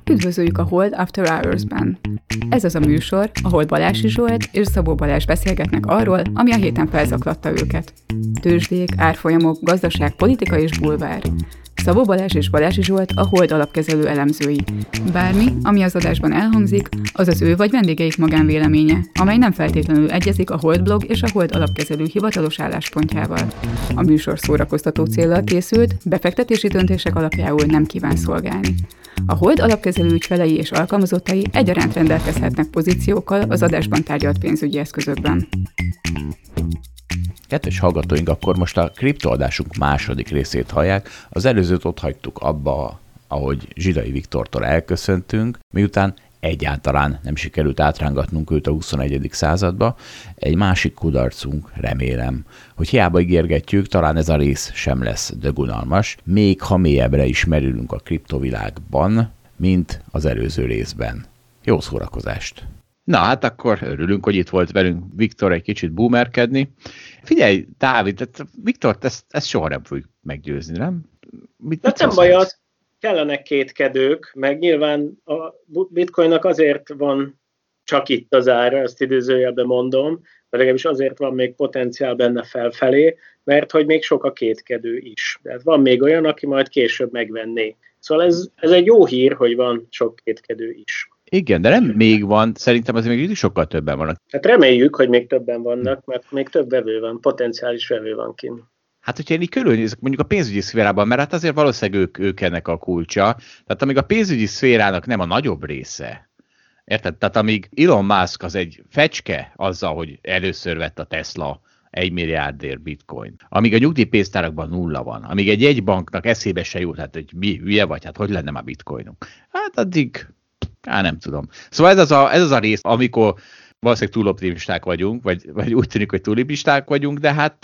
Üdvözöljük a Hold After Hours-ben. Ez az a műsor, ahol Balási Zsolt és Szabó Balázs beszélgetnek arról, ami a héten felzaklatta őket. Tőzsdék, árfolyamok, gazdaság, politika és bulvár. Szabó Balázs és Balási Zsolt a Hold alapkezelő elemzői. Bármi, ami az adásban elhangzik, az az ő vagy vendégeik magánvéleménye, amely nem feltétlenül egyezik a Hold blog és a Hold alapkezelő hivatalos álláspontjával. A műsor szórakoztató céllal készült, befektetési döntések alapjául nem kíván szolgálni. A Hold alapkezelő ügyfelei és alkalmazottai egyaránt rendelkezhetnek pozíciókkal az adásban tárgyalt pénzügyi eszközökben. Kedves hallgatóink, akkor most a kriptoadásunk második részét hallják. Az előzőt ott hagytuk abba, ahogy Zsidai Viktortól elköszöntünk, miután egyáltalán nem sikerült átrángatnunk őt a 21. századba. Egy másik kudarcunk, remélem, hogy hiába ígérgetjük, talán ez a rész sem lesz dögunalmas, még ha mélyebbre is merülünk a kriptovilágban, mint az előző részben. Jó szórakozást! Na hát akkor örülünk, hogy itt volt velünk Viktor egy kicsit boomerkedni. Figyelj, Dávid, Viktort ezt soha nem fogjuk meggyőzni, nem? Mit nem baj, az kellenek kétkedők, meg nyilván a bitcoinnak azért van csak itt az ára, ezt idézőjelben mondom, vagy legalábbis azért van még potenciál benne felfelé, mert hogy még sok a kétkedő is. Tehát van még olyan, aki majd később megvenné. Szóval ez egy jó hír, hogy van sok kétkedő is. Igen, de nem még van, szerintem azért még sokkal többen vannak. Hát reméljük, hogy még többen vannak, mert még több vevő van, potenciális vevő van kint. Hát, hogyha én így körülnézek mondjuk a pénzügyi szférában, mert hát azért valószínűleg ők ennek a kulcsa, tehát amíg a pénzügyi szférának nem a nagyobb része, érted? Tehát amíg Elon Musk az egy fecske azzal, hogy először vett a Tesla 1 milliárdért bitcoin, amíg a nyugdíjpénztárakban nulla van, amíg egy jegybanknak eszébe se jut, hát hogy mi hülye vagy, hát hogy lenne már bitcoinunk? Hát addig... nem tudom. Szóval ez az a rész, amikor valószínűleg túl optimisták vagyunk, vagy úgy tűnik, hogy túl optimisták vagyunk, de hát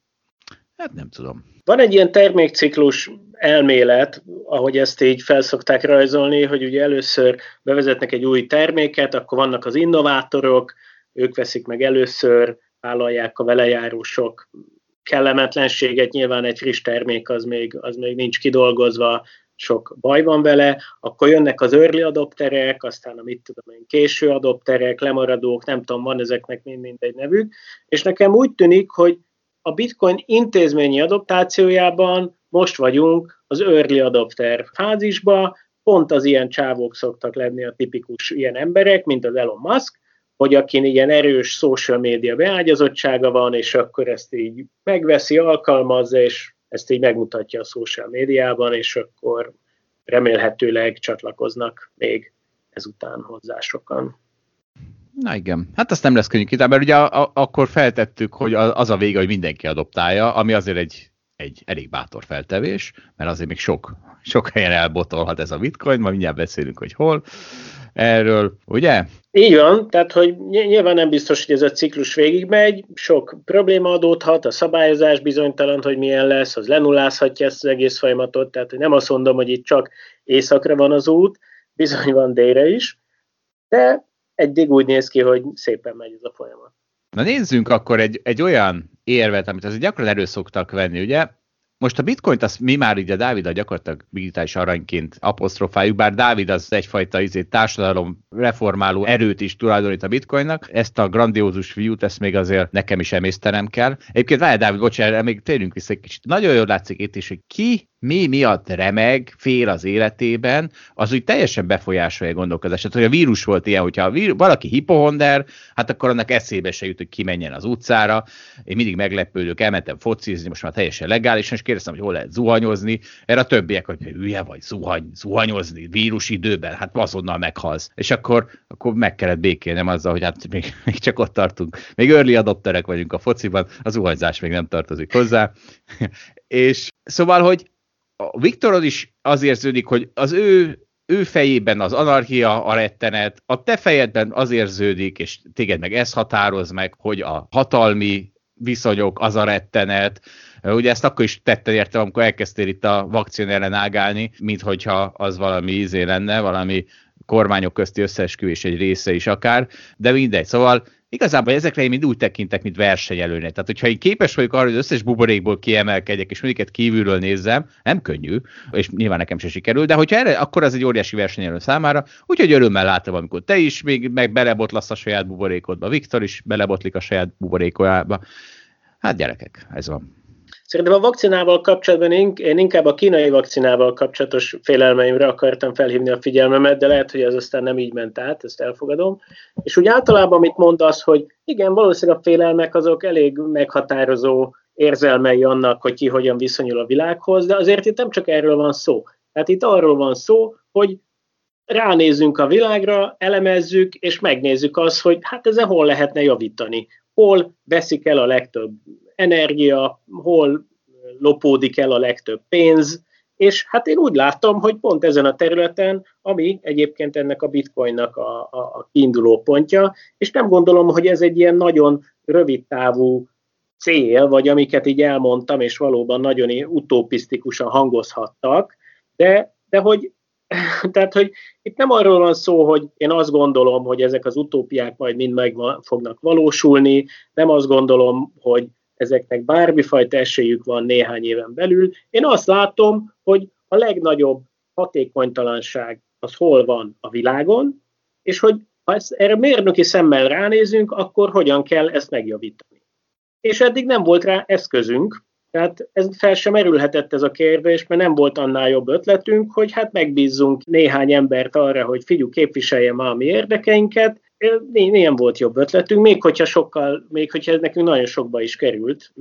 nem tudom. Van egy ilyen termékciklus elmélet, ahogy ezt így felszokták rajzolni, hogy ugye először bevezetnek egy új terméket, akkor vannak az innovátorok, ők veszik meg először, vállalják a velejárósok kellemetlenséget, nyilván egy friss termék az még nincs kidolgozva, sok baj van vele, akkor jönnek az early adopterek, aztán a késő adopterek, lemaradók, nem tudom, van ezeknek mind egy nevük, és nekem úgy tűnik, hogy a bitcoin intézményi adoptációjában most vagyunk az early adopter fázisba, pont az ilyen csávók szoktak lenni a tipikus ilyen emberek, mint az Elon Musk, hogy akin ilyen erős social media beágyazottsága van, és akkor ezt így megveszi, alkalmazza, és ezt így megmutatja a social médiában, és akkor remélhetőleg csatlakoznak még ezután hozzá sokan. Na igen, hát azt nem lesz könnyű kitálni, mert ugye akkor feltettük, hogy az a vége, hogy mindenki adoptálja, ami azért egy elég bátor feltevés, mert azért még sok helyen elbotolhat ez a bitcoin, majd mindjárt beszélünk, hogy hol erről, ugye? Így van, tehát hogy nyilván nem biztos, hogy ez a ciklus végigmegy, sok probléma adódhat, a szabályozás bizonytalan, hogy milyen lesz, az lenullázhatja ezt az egész folyamatot, tehát hogy nem azt mondom, hogy itt csak északra van az út, bizony van délre is, de eddig úgy néz ki, hogy szépen megy ez a folyamat. Na nézzünk akkor egy olyan érvet, amit azért gyakran elő szoktak venni, ugye? Most a bitcoint azt mi már így a Dáviddal gyakorlatilag digitális aranyként apostrofáljuk, bár Dávid az egyfajta társadalom reformáló erőt is tulajdonít a bitcoinnak. Ezt a grandiózus view-t, ezt még azért nekem is emésztenem kell. Egyébként várj, Dávid, bocsánat, még térjünk vissza egy kicsit. Nagyon jól látszik itt is, hogy ki mi miatt remeg, fél az életében, az úgy teljesen befolyásolja a gondolkodását. Hogy a vírus volt ilyen, hogyha valaki hipohonder, hát akkor annak eszébe se jut, hogy kimenjen az utcára. Én mindig meglepődök, elmentem focizni, most már teljesen legálisan, és kérdeztem, hogy hol lehet zuhanyozni. Erre a többiek, hogy hülye vagy, zuhanyozni vírusidőben, hát azonnal meghalsz. És akkor meg kellett békélnem azzal, hogy hát még csak ott tartunk. Még early adopterek vagyunk a fociban, a zuhanyzás még nem tartozik hozzá. És szóval, hogy a Viktorod is az érződik, hogy az ő fejében az anarchia, a rettenet, a te fejedben az érződik, és téged meg ez határoz meg, hogy a hatalmi viszonyok, az a rettenet. Ugye ezt akkor is tetted értem, amikor elkezdtél itt a vakcina ellen ágálni, minthogyha az valami lenne, valami kormányok közti összeesküvés egy része is akár, de mindegy. Szóval igazából ezekre én mind úgy tekintek, mint versenyelőnek. Tehát, hogyha én képes vagyok arra, hogy az összes buborékból kiemelkedjek, és mindiket kívülről nézzem, nem könnyű, és nyilván nekem se sikerül, de hogyha erre, akkor az egy óriási versenyelő számára, úgyhogy örömmel látom, amikor te is még meg belebotlasz a saját buborékodba, Viktor is belebotlik a saját buborékojába. Hát gyerekek, ez van. Szerintem a vakcinával kapcsolatban én inkább a kínai vakcinával kapcsolatos félelmeimre akartam felhívni a figyelmemet, de lehet, hogy ez aztán nem így ment át, ezt elfogadom. És úgy általában, amit mondasz, hogy igen, valószínűleg a félelmek azok elég meghatározó érzelmei annak, hogy ki hogyan viszonyul a világhoz, de azért itt nem csak erről van szó. Tehát itt arról van szó, hogy ránézzünk a világra, elemezzük, és megnézzük azt, hogy hát ezen hol lehetne javítani. Hol veszik el a legtöbb energia, hol lopódik el a legtöbb pénz, és hát én úgy látom, hogy pont ezen a területen, ami egyébként ennek a bitcoinnak a kiinduló pontja, és nem gondolom, hogy ez egy ilyen nagyon rövidtávú cél, vagy amiket így elmondtam, és valóban nagyon utopisztikusan hangozhattak, de hogy tehát, hogy itt nem arról van szó, hogy én azt gondolom, hogy ezek az utópiák majd mind meg fognak valósulni, nem azt gondolom, hogy ezeknek bármifajta esélyük van néhány éven belül. Én azt látom, hogy a legnagyobb hatékonytalanság az hol van a világon, és hogy ha erre mérnöki szemmel ránézünk, akkor hogyan kell ezt megjavítani. És eddig nem volt rá eszközünk, tehát ez fel sem merülhetett ez a kérdés, mert nem volt annál jobb ötletünk, hogy hát megbízzunk néhány embert arra, hogy figyelj, képviselje ma a mi érdekeinket. Nem volt jobb ötletünk, még hogyha ez nekünk nagyon sokba is került,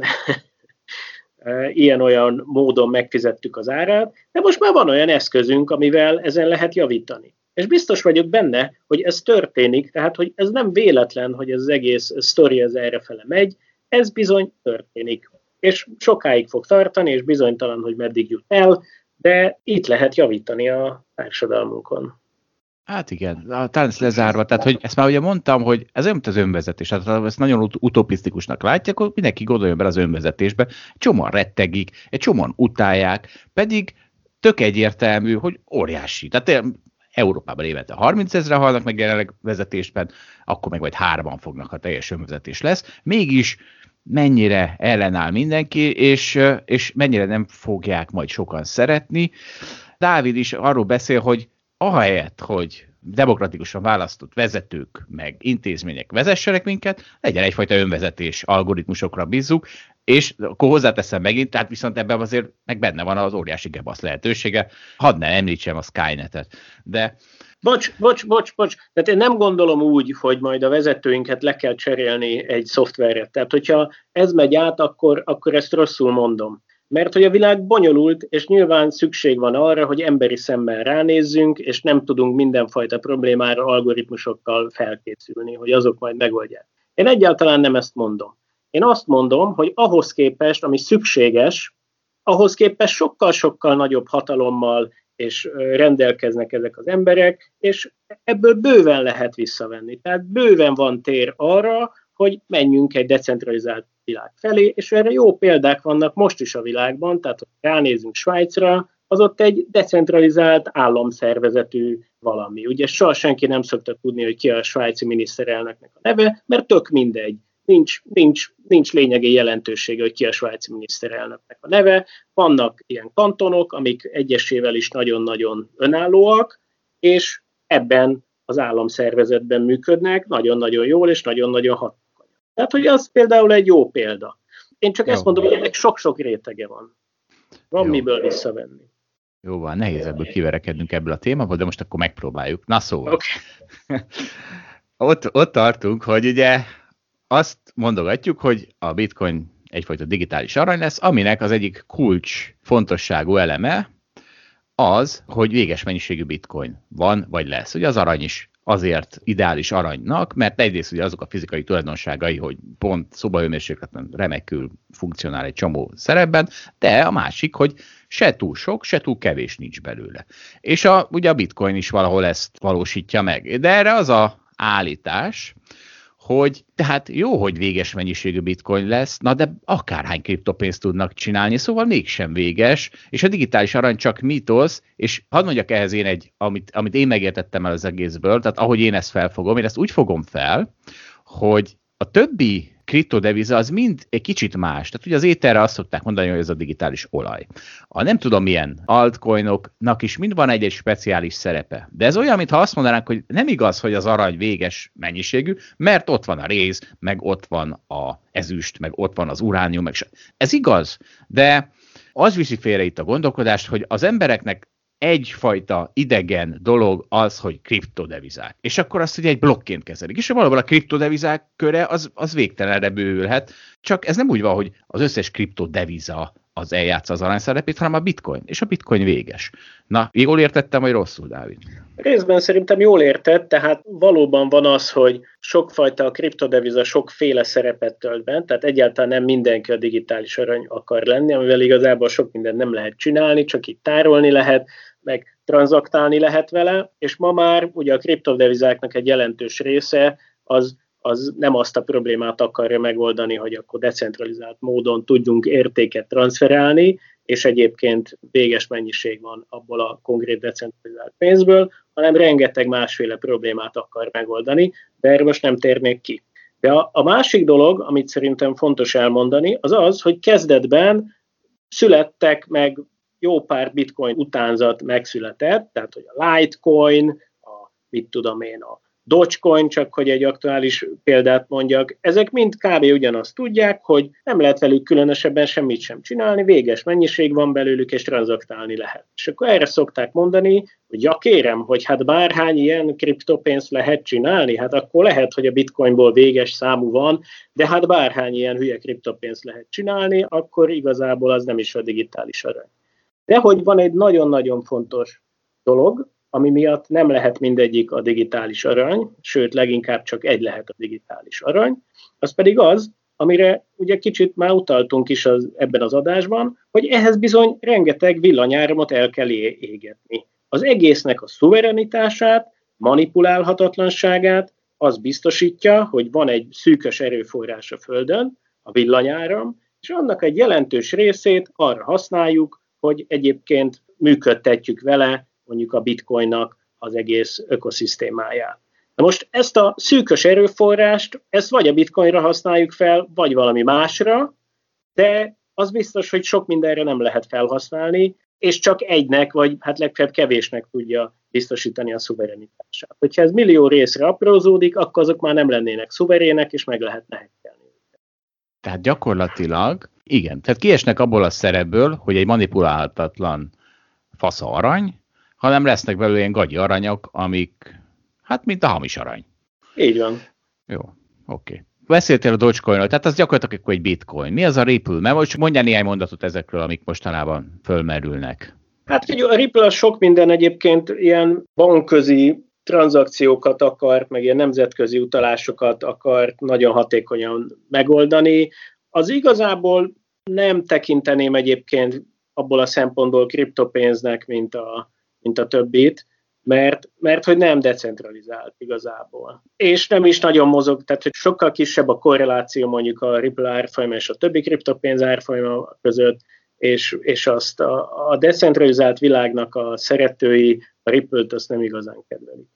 ilyen-olyan módon megfizettük az árát, de most már van olyan eszközünk, amivel ezen lehet javítani. És biztos vagyok benne, hogy ez történik, tehát hogy ez nem véletlen, hogy ez az egész sztori ez errefele megy, ez bizony történik. És sokáig fog tartani, és bizonytalan, hogy meddig jut el, de itt lehet javítani a társadalmunkon. Hát igen, a tánc lezárva, tehát hogy ezt már ugye mondtam, hogy ez olyan, mint az önvezetés, tehát ezt nagyon utopisztikusnak látják, hogy mindenki gondoljon bele az önvezetésbe, egy csomóan rettegik, egy csomóan utálják, pedig tök egyértelmű, hogy óriási. Tehát Európában évente 30 000 halnak meg jelenleg vezetésben, akkor meg majd 3-an fognak, ha teljes önvezetés lesz. Mégis mennyire ellenáll mindenki, és mennyire nem fogják majd sokan szeretni. Dávid is arról beszél, hogy ahelyett, hogy demokratikusan választott vezetők meg intézmények vezessenek minket, legyen egyfajta önvezetés, algoritmusokra bízzuk, és akkor hozzáteszem megint, tehát viszont ebben azért meg benne van az óriási gebasz lehetősége. Hadd ne említsem a Skynetet, de... Bocs. Tehát én nem gondolom úgy, hogy majd a vezetőinket le kell cserélni egy szoftverre. Tehát, hogyha ez megy át, akkor ezt rosszul mondom. Mert hogy a világ bonyolult, és nyilván szükség van arra, hogy emberi szemmel ránézzünk, és nem tudunk mindenfajta problémára algoritmusokkal felkészülni, hogy azok majd megoldják. Én egyáltalán nem ezt mondom. Én azt mondom, hogy ahhoz képest, ami szükséges, ahhoz képest sokkal-sokkal nagyobb hatalommal és rendelkeznek ezek az emberek, és ebből bőven lehet visszavenni. Tehát bőven van tér arra, hogy menjünk egy decentralizált világ felé, és erre jó példák vannak most is a világban, tehát ha ránézünk Svájcra, az ott egy decentralizált államszervezetű valami. Ugye soha senki nem szokta tudni, hogy ki a svájci miniszterelnöknek a neve, mert tök mindegy. Nincs lényegi jelentősége, hogy ki a svájci miniszterelnöknek a neve. Vannak ilyen kantonok, amik egyesével is nagyon-nagyon önállóak, és ebben az államszervezetben működnek nagyon-nagyon jól és nagyon-nagyon hatékonyan. Tehát, hogy az például egy jó példa. Én csak ezt mondom, hogy ennek sok-sok rétege van. Van jó. Miből visszavenni. Jó van, nehéz ebből kiverekednünk ebből a témából, de most akkor megpróbáljuk. Na szóval. Okay. ott tartunk, hogy ugye azt mondogatjuk, hogy a bitcoin egyfajta digitális arany lesz, aminek az egyik kulcs fontosságú eleme az, hogy véges mennyiségű bitcoin van, vagy lesz. Ugye az arany is azért ideális aranynak, mert egyrészt ugye azok a fizikai tulajdonságai, hogy pont szobahőmérsékleten remekül funkcionál egy csomó szerepben, de a másik, hogy se túl sok, se túl kevés nincs belőle. És ugye a bitcoin is valahol ezt valósítja meg. De erre az a állítás, hogy tehát jó, hogy véges mennyiségű bitcoin lesz, na de akárhány kriptopénzt tudnak csinálni, szóval mégsem véges, és a digitális arany csak mítosz, és hadd mondjak ehhez amit én megértettem el az egészből, tehát ahogy én ezt felfogom, én ezt úgy fogom fel, hogy a többi kriptodeviza az mind egy kicsit más. Tehát ugye az éterre azt szokták mondani, hogy ez a digitális olaj. A nem tudom milyen altcoinoknak is mind van egy speciális szerepe. De ez olyan, mintha azt mondanánk, hogy nem igaz, hogy az arany véges mennyiségű, mert ott van a réz, meg ott van a ezüst, meg ott van az uránium, meg ez igaz, de az viszi félre itt a gondolkodást, hogy az embereknek egyfajta idegen dolog az, hogy kriptodevizák. És akkor azt ugye egy blokként kezelik. És valóban a kriptodevizák köre az végtelenre bővülhet, csak ez nem úgy van, hogy az összes kriptodeviza az eljátsza az arany szerepét, hanem a bitcoin. És a bitcoin véges. Na, jól értettem, vagy rosszul, Dávid? Részben szerintem jól értett, tehát valóban van az, hogy sokfajta kriptodeviza sokféle szerepet tölt be, tehát egyáltalán nem mindenki a digitális arany akar lenni, amivel igazából sok mindent nem lehet csinálni, csak itt tárolni lehet, meg tranzaktálni lehet vele, és ma már ugye a kriptodevizáknak egy jelentős része az nem azt a problémát akarja megoldani, hogy akkor decentralizált módon tudjunk értéket transferálni, és egyébként véges mennyiség van abból a konkrét decentralizált pénzből, hanem rengeteg másféle problémát akar megoldani, de erre most nem térnék ki. De a másik dolog, amit szerintem fontos elmondani, az az, hogy kezdetben születtek meg jó pár bitcoin utánzat megszületett, tehát hogy a Litecoin, a Dogecoin, csak hogy egy aktuális példát mondjak, ezek mind kb. Ugyanazt tudják, hogy nem lehet velük különösebben semmit sem csinálni, véges mennyiség van belőlük, és tranzaktálni lehet. És akkor erre szokták mondani, hogy ja kérem, hogy hát bárhány ilyen kriptopénzt lehet csinálni, hát akkor lehet, hogy a bitcoinból véges számú van, de hát bárhány ilyen hülye kriptopénzt lehet csinálni, akkor igazából az nem is a digitális arany. De hogy van egy nagyon-nagyon fontos dolog, ami miatt nem lehet mindegyik a digitális arany, sőt, leginkább csak egy lehet a digitális arany, az pedig az, amire ugye kicsit már utaltunk is ebben az adásban, hogy ehhez bizony rengeteg villanyáramot el kell égetni. Az egésznek a szuverenitását, manipulálhatatlanságát az biztosítja, hogy van egy szűkös erőforrás a Földön, a villanyáram, és annak egy jelentős részét arra használjuk, hogy egyébként működtetjük vele mondjuk a bitcoinnak az egész ökoszisztémáját. Na most ezt a szűkös erőforrást, ezt vagy a bitcoinra használjuk fel, vagy valami másra, de az biztos, hogy sok mindenre nem lehet felhasználni, és csak egynek, vagy hát legfeljebb kevésnek tudja biztosítani a szuverenitását. Hogyha ez millió részre aprózódik, akkor azok már nem lennének szuverének, és meg lehetne hekkelni. Tehát gyakorlatilag, igen, tehát kiesnek abból a szerepből, hogy egy manipulálhatatlan fasza arany, hanem lesznek belőle ilyen gagyi aranyok, amik, hát mint a hamis arany. Így van. Jó, oké. Beszéltél a Dogecoinról, tehát az gyakorlatilag egy bitcoin. Mi az a Ripple? Mert most mondjál néhány mondatot ezekről, amik mostanában fölmerülnek. Hát a Ripple az sok minden egyébként ilyen bankközi tranzakciókat akart, meg ilyen nemzetközi utalásokat akart nagyon hatékonyan megoldani. Az igazából nem tekinteném egyébként abból a szempontból kriptopénznek, mint a többit, mert hogy nem decentralizált igazából. És nem is nagyon mozog, tehát hogy sokkal kisebb a korreláció mondjuk a Ripple árfolyama és a többi kriptopénz árfolyama között, és azt a decentralizált világnak a szeretői a Ripple-t azt nem igazán kedvelik.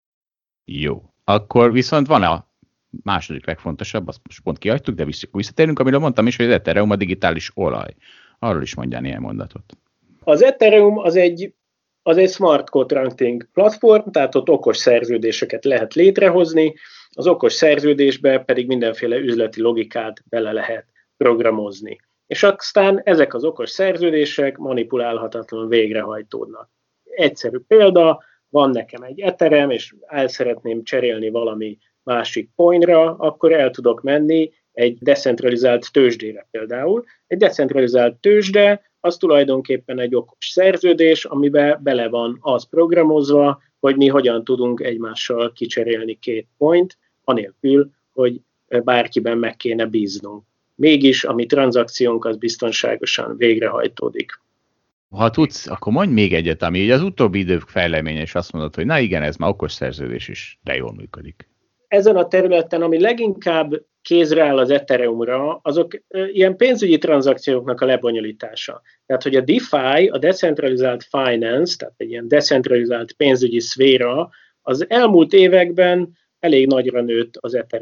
Jó. Akkor viszont van a második legfontosabb, azt most pont kihagytuk, de visszatérünk, amiről mondtam is, hogy az Ethereum a digitális olaj. Arról is mondjál néhány mondatot. Az Ethereum az egy smart contracting platform, tehát ott okos szerződéseket lehet létrehozni, az okos szerződésbe pedig mindenféle üzleti logikát bele lehet programozni. És aztán ezek az okos szerződések manipulálhatatlanul végrehajtódnak. Egyszerű példa, van nekem egy Ethereum, és el szeretném cserélni valami másik coinra, akkor el tudok menni egy decentralizált tőzsdére például. Egy decentralizált tőzsde az tulajdonképpen egy okos szerződés, amiben bele van az programozva, hogy mi hogyan tudunk egymással kicserélni két coint, anélkül, hogy bárkiben meg kéne bíznunk. Mégis a mi tranzakciónk az biztonságosan végrehajtódik. Ha tudsz, akkor mondj még egyet, ami az utóbbi idők fejleménye, és azt mondod, hogy na igen, ez már okos szerződés is, de jól működik. Ezen a területen, ami leginkább kézre áll az Ethereumra, azok ilyen pénzügyi tranzakcióknak a lebonyolítása. Tehát, hogy a DeFi, a Decentralized Finance, tehát egy ilyen decentralizált pénzügyi szféra, az elmúlt években elég nagyra nőtt az Ethereumon.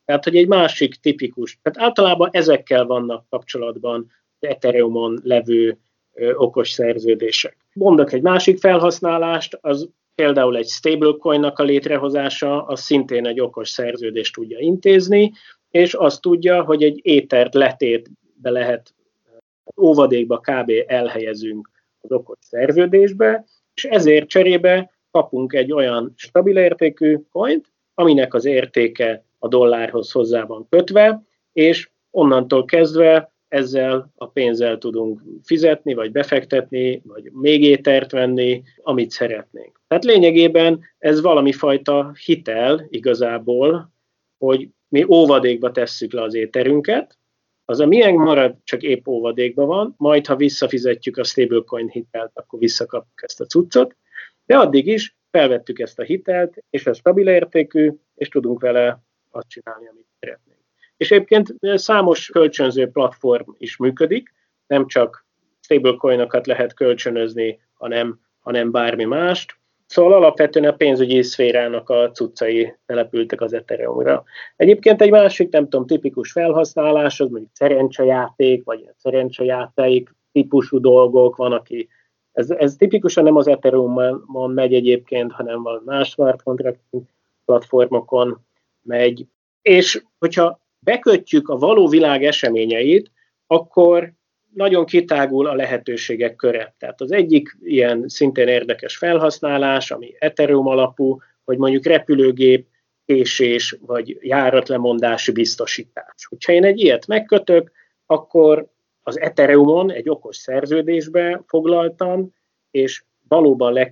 Tehát, hogy egy másik tipikus, tehát általában ezekkel vannak kapcsolatban az Ethereumon levő okos szerződések. Mondok egy másik felhasználást, az például egy stablecoinnak a létrehozása, az szintén egy okos szerződést tudja intézni, és azt tudja, hogy egy étert letétbe lehet, óvadékba kb. Elhelyezünk az okos szerződésbe, és ezért cserébe kapunk egy olyan stabil értékű coint, aminek az értéke a dollárhoz hozzá van kötve, és onnantól kezdve ezzel a pénzzel tudunk fizetni, vagy befektetni, vagy még étert venni, amit szeretnénk. Tehát lényegében ez valami fajta hitel igazából, hogy mi óvadékba tesszük le az éterünket, az a miénk marad, csak épp óvadékban van, majd ha visszafizetjük a stablecoin hitelt, akkor visszakapjuk ezt a cuccot, de addig is felvettük ezt a hitelt, és ez stabil értékű, és tudunk vele azt csinálni, amit szeretnénk. És egyébként számos kölcsönző platform is működik, nem csak stablecoinokat lehet kölcsönözni, hanem bármi mást. Szóval alapvetően a pénzügyi szférának a cuccai települtek az Ethereumra. Egyébként egy másik, nem tudom, tipikus felhasználás, az mondjuk szerencsejáték, vagy szerencsejáték típusú dolgok, van, aki ez tipikusan nem az Ethereumon megy egyébként, hanem valami más smart contract platformokon megy. És hogyha bekötjük a való világ eseményeit, akkor nagyon kitágul a lehetőségek köre. Tehát az egyik ilyen szintén érdekes felhasználás, ami Ethereum alapú, hogy mondjuk repülőgép, késés vagy járatlemondási biztosítás. Hogyha én egy ilyet megkötök, akkor az Ethereumon egy okos szerződésbe foglaltam, és valóban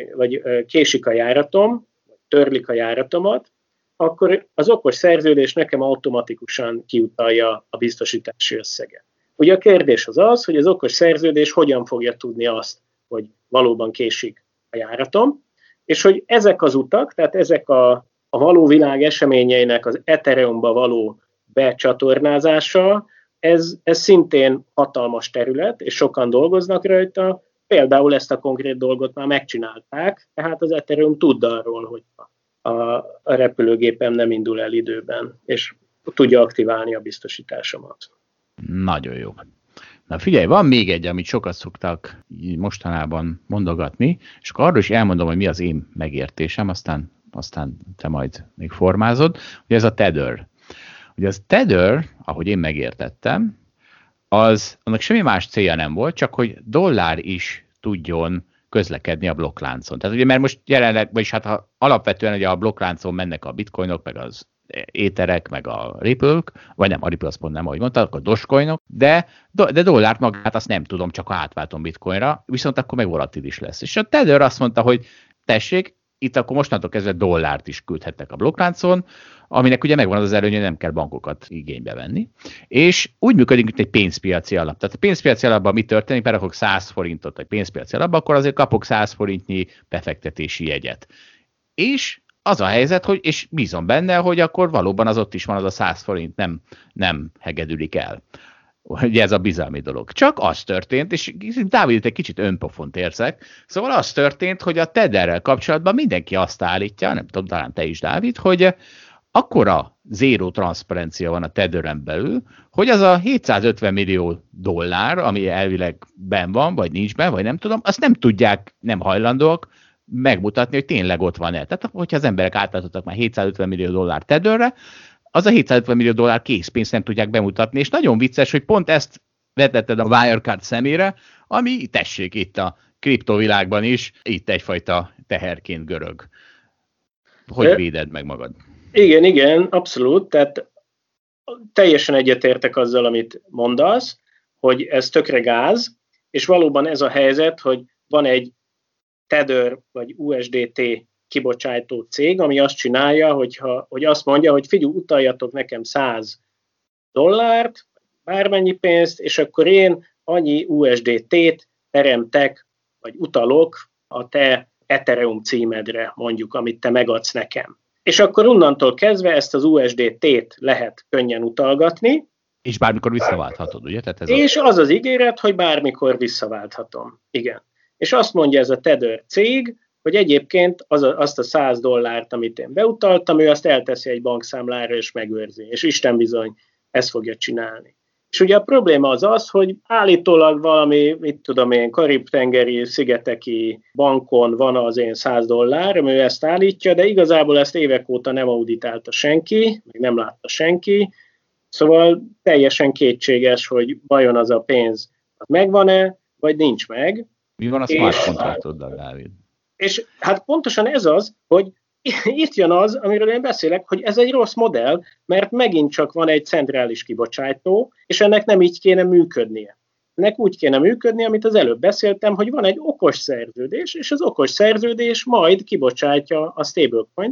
késik a járatom, vagy törlik a járatomat, akkor az okos szerződés nekem automatikusan kiutalja a biztosítási összeget. Ugye a kérdés az, hogy az okos szerződés hogyan fogja tudni azt, hogy valóban késik a járatom, és hogy ezek az utak, tehát ezek a való világ eseményeinek az Ethereumba való becsatornázása, ez szintén hatalmas terület, és sokan dolgoznak rajta. Például ezt a konkrét dolgot már megcsinálták, tehát az Ethereum tud arról, hogy a repülőgépem nem indul el időben, és tudja aktiválni a biztosításomat. Nagyon jó. Na figyelj, van még egy, amit sokat szoktak mostanában mondogatni, és akkor arról is elmondom, hogy mi az én megértésem, aztán te majd még formázod, hogy ez a Tether. Ugye az Tether, ahogy én megértettem, annak semmi más célja nem volt, csak hogy dollár is tudjon közlekedni a blokkláncon. Tehát ugye, mert most jelenleg, vagyis hát alapvetően ugye a blokkláncon mennek a bitcoinok, meg az éterek, meg a Ripple-k, vagy nem, a Ripple az pont nem, ahogy mondtad, a dogecoinok, de dollárt magát azt nem tudom, csak ha átváltom bitcoinra, viszont akkor meg volatilis lesz. És a Tether azt mondta, hogy tessék, itt akkor mostantól kezdve dollárt is küldhettek a blokkláncon, aminek ugye megvan az előnye, nem kell bankokat igénybe venni. És úgy működik, mint egy pénzpiaci alap. Tehát a pénzpiaci alapban mi történik, mert akkor 100 forintot egy pénzpiaci alapban, akkor azért kapok 100 forintnyi befektetési jegyet. És az a helyzet, hogy, és bízom benne, hogy akkor valóban az ott is van az a 100 forint, nem hegedülik el. Ugye ez a bizalmi dolog. Csak az történt, és Dávid, egy kicsit önpofont érzek, szóval az történt, hogy a Tetherrel kapcsolatban mindenki azt állítja, nem tudom, talán te is, Dávid, hogy akkora zéró transzparencia van a Tetheren belül, hogy az a 750 millió dollár, ami elvileg benn van, vagy nincs benn, vagy nem tudom, azt nem tudják, nem hajlandóak megmutatni, hogy tényleg ott van-e. Tehát, hogyha az emberek átváltottak már 750 millió dollár Tetherre, az a 750 millió dollár készpénzt nem tudják bemutatni, és nagyon vicces, hogy pont ezt vetetted a Wirecard szemére, ami tessék itt a kriptovilágban is, itt egyfajta teherként görög. Hogy véded meg magad? Igen, abszolút. Tehát teljesen egyetértek azzal, amit mondasz, hogy ez tökre gáz, és valóban ez a helyzet, hogy van egy Tether vagy USDT kibocsátó cég, ami azt csinálja, hogy azt mondja, hogy figyelj, utaljatok nekem 100 dollárt, bármennyi pénzt, és akkor én annyi USDT-t teremtek, vagy utalok a te Ethereum címedre, mondjuk, amit te megadsz nekem. És akkor onnantól kezdve ezt az USDT-t lehet könnyen utalgatni. És bármikor visszaválthatod, ugye? Tehát ez és az az ígéret, hogy bármikor visszaválthatom. Igen. És azt mondja ez a Tether cég, hogy egyébként azt a $100, amit én beutaltam, ő azt elteszi egy bankszámlára és megőrzi, és Isten bizony ezt fogja csinálni. És ugye a probléma az, hogy állítólag valami, mit tudom én, Karib-tengeri szigeteki bankon van az én $100, ami ő ezt állítja, de igazából ezt évek óta nem auditálta senki, meg nem látta senki, szóval teljesen kétséges, hogy vajon az a pénz megvan-e, vagy nincs meg. Mi van a smart kontraktoddal, Dávid? És hát pontosan ez az, hogy itt jön az, amiről én beszélek, hogy ez egy rossz modell, mert megint csak van egy centrális kibocsátó, és ennek nem így kéne működnie. Ennek úgy kéne működnie, amit az előbb beszéltem, hogy van egy okos szerződés, és az okos szerződés majd kibocsátja a stablecoint.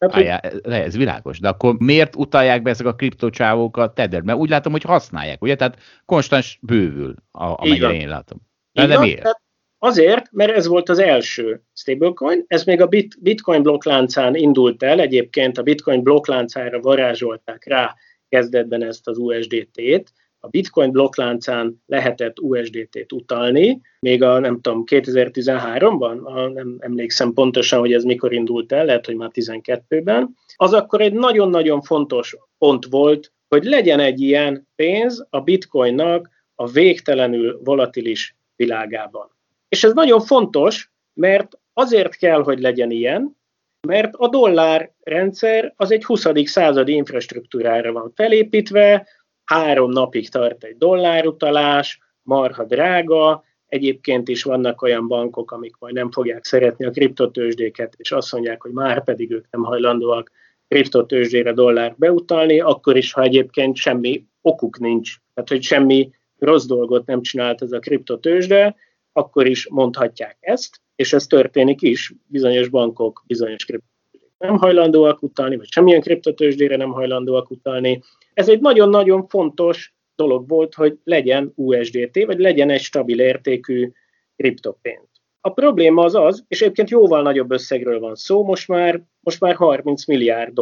Ez világos, de akkor miért utalják be ezek a kriptocsávók a Tether? Mert úgy látom, hogy használják, ugye? Tehát konstans bővül, amennyire én látom. De miért? Azért, mert ez volt az első stablecoin, ez még a Bitcoin blokkláncán indult el, egyébként a Bitcoin blokkláncára varázsolták rá kezdetben ezt az USDT-t, a Bitcoin blokkláncán lehetett USDT-t utalni, még nem tudom, 2013-ban, nem emlékszem pontosan, hogy ez mikor indult el, lehet, hogy már 12-ben, az akkor egy nagyon-nagyon fontos pont volt, hogy legyen egy ilyen pénz a Bitcoinnak a végtelenül volatilis világában. És ez nagyon fontos, mert azért kell, hogy legyen ilyen, mert a dollárrendszer az egy 20. századi infrastruktúrára van felépítve, 3 napig tart egy dollárutalás, marha drága, egyébként is vannak olyan bankok, amik majd nem fogják szeretni a kriptotőzsdéket, és azt mondják, hogy már pedig ők nem hajlandóak kriptotőzsdére dollárt beutalni, akkor is, ha egyébként semmi okuk nincs, tehát hogy semmi rossz dolgot nem csinált ez a kriptotőzsde, akkor is mondhatják ezt, és ez történik is, bizonyos bankok, bizonyos kriptotőzsdék nem hajlandóak utalni, vagy semmilyen kriptotőzsdére nem hajlandóak utalni. Ez egy nagyon-nagyon fontos dolog volt, hogy legyen USDT, vagy legyen egy stabil értékű kriptopénz. A probléma az, és egyébként jóval nagyobb összegről van szó, most már $30 milliárd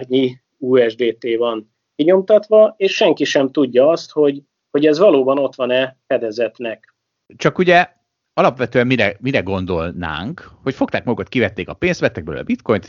USDT van kinyomtatva, és senki sem tudja azt, hogy ez valóban ott van-e fedezetnek. Csak ugye alapvetően mire gondolnánk, hogy fogták magukat, kivették a pénzt, vettek belőle a bitcoint,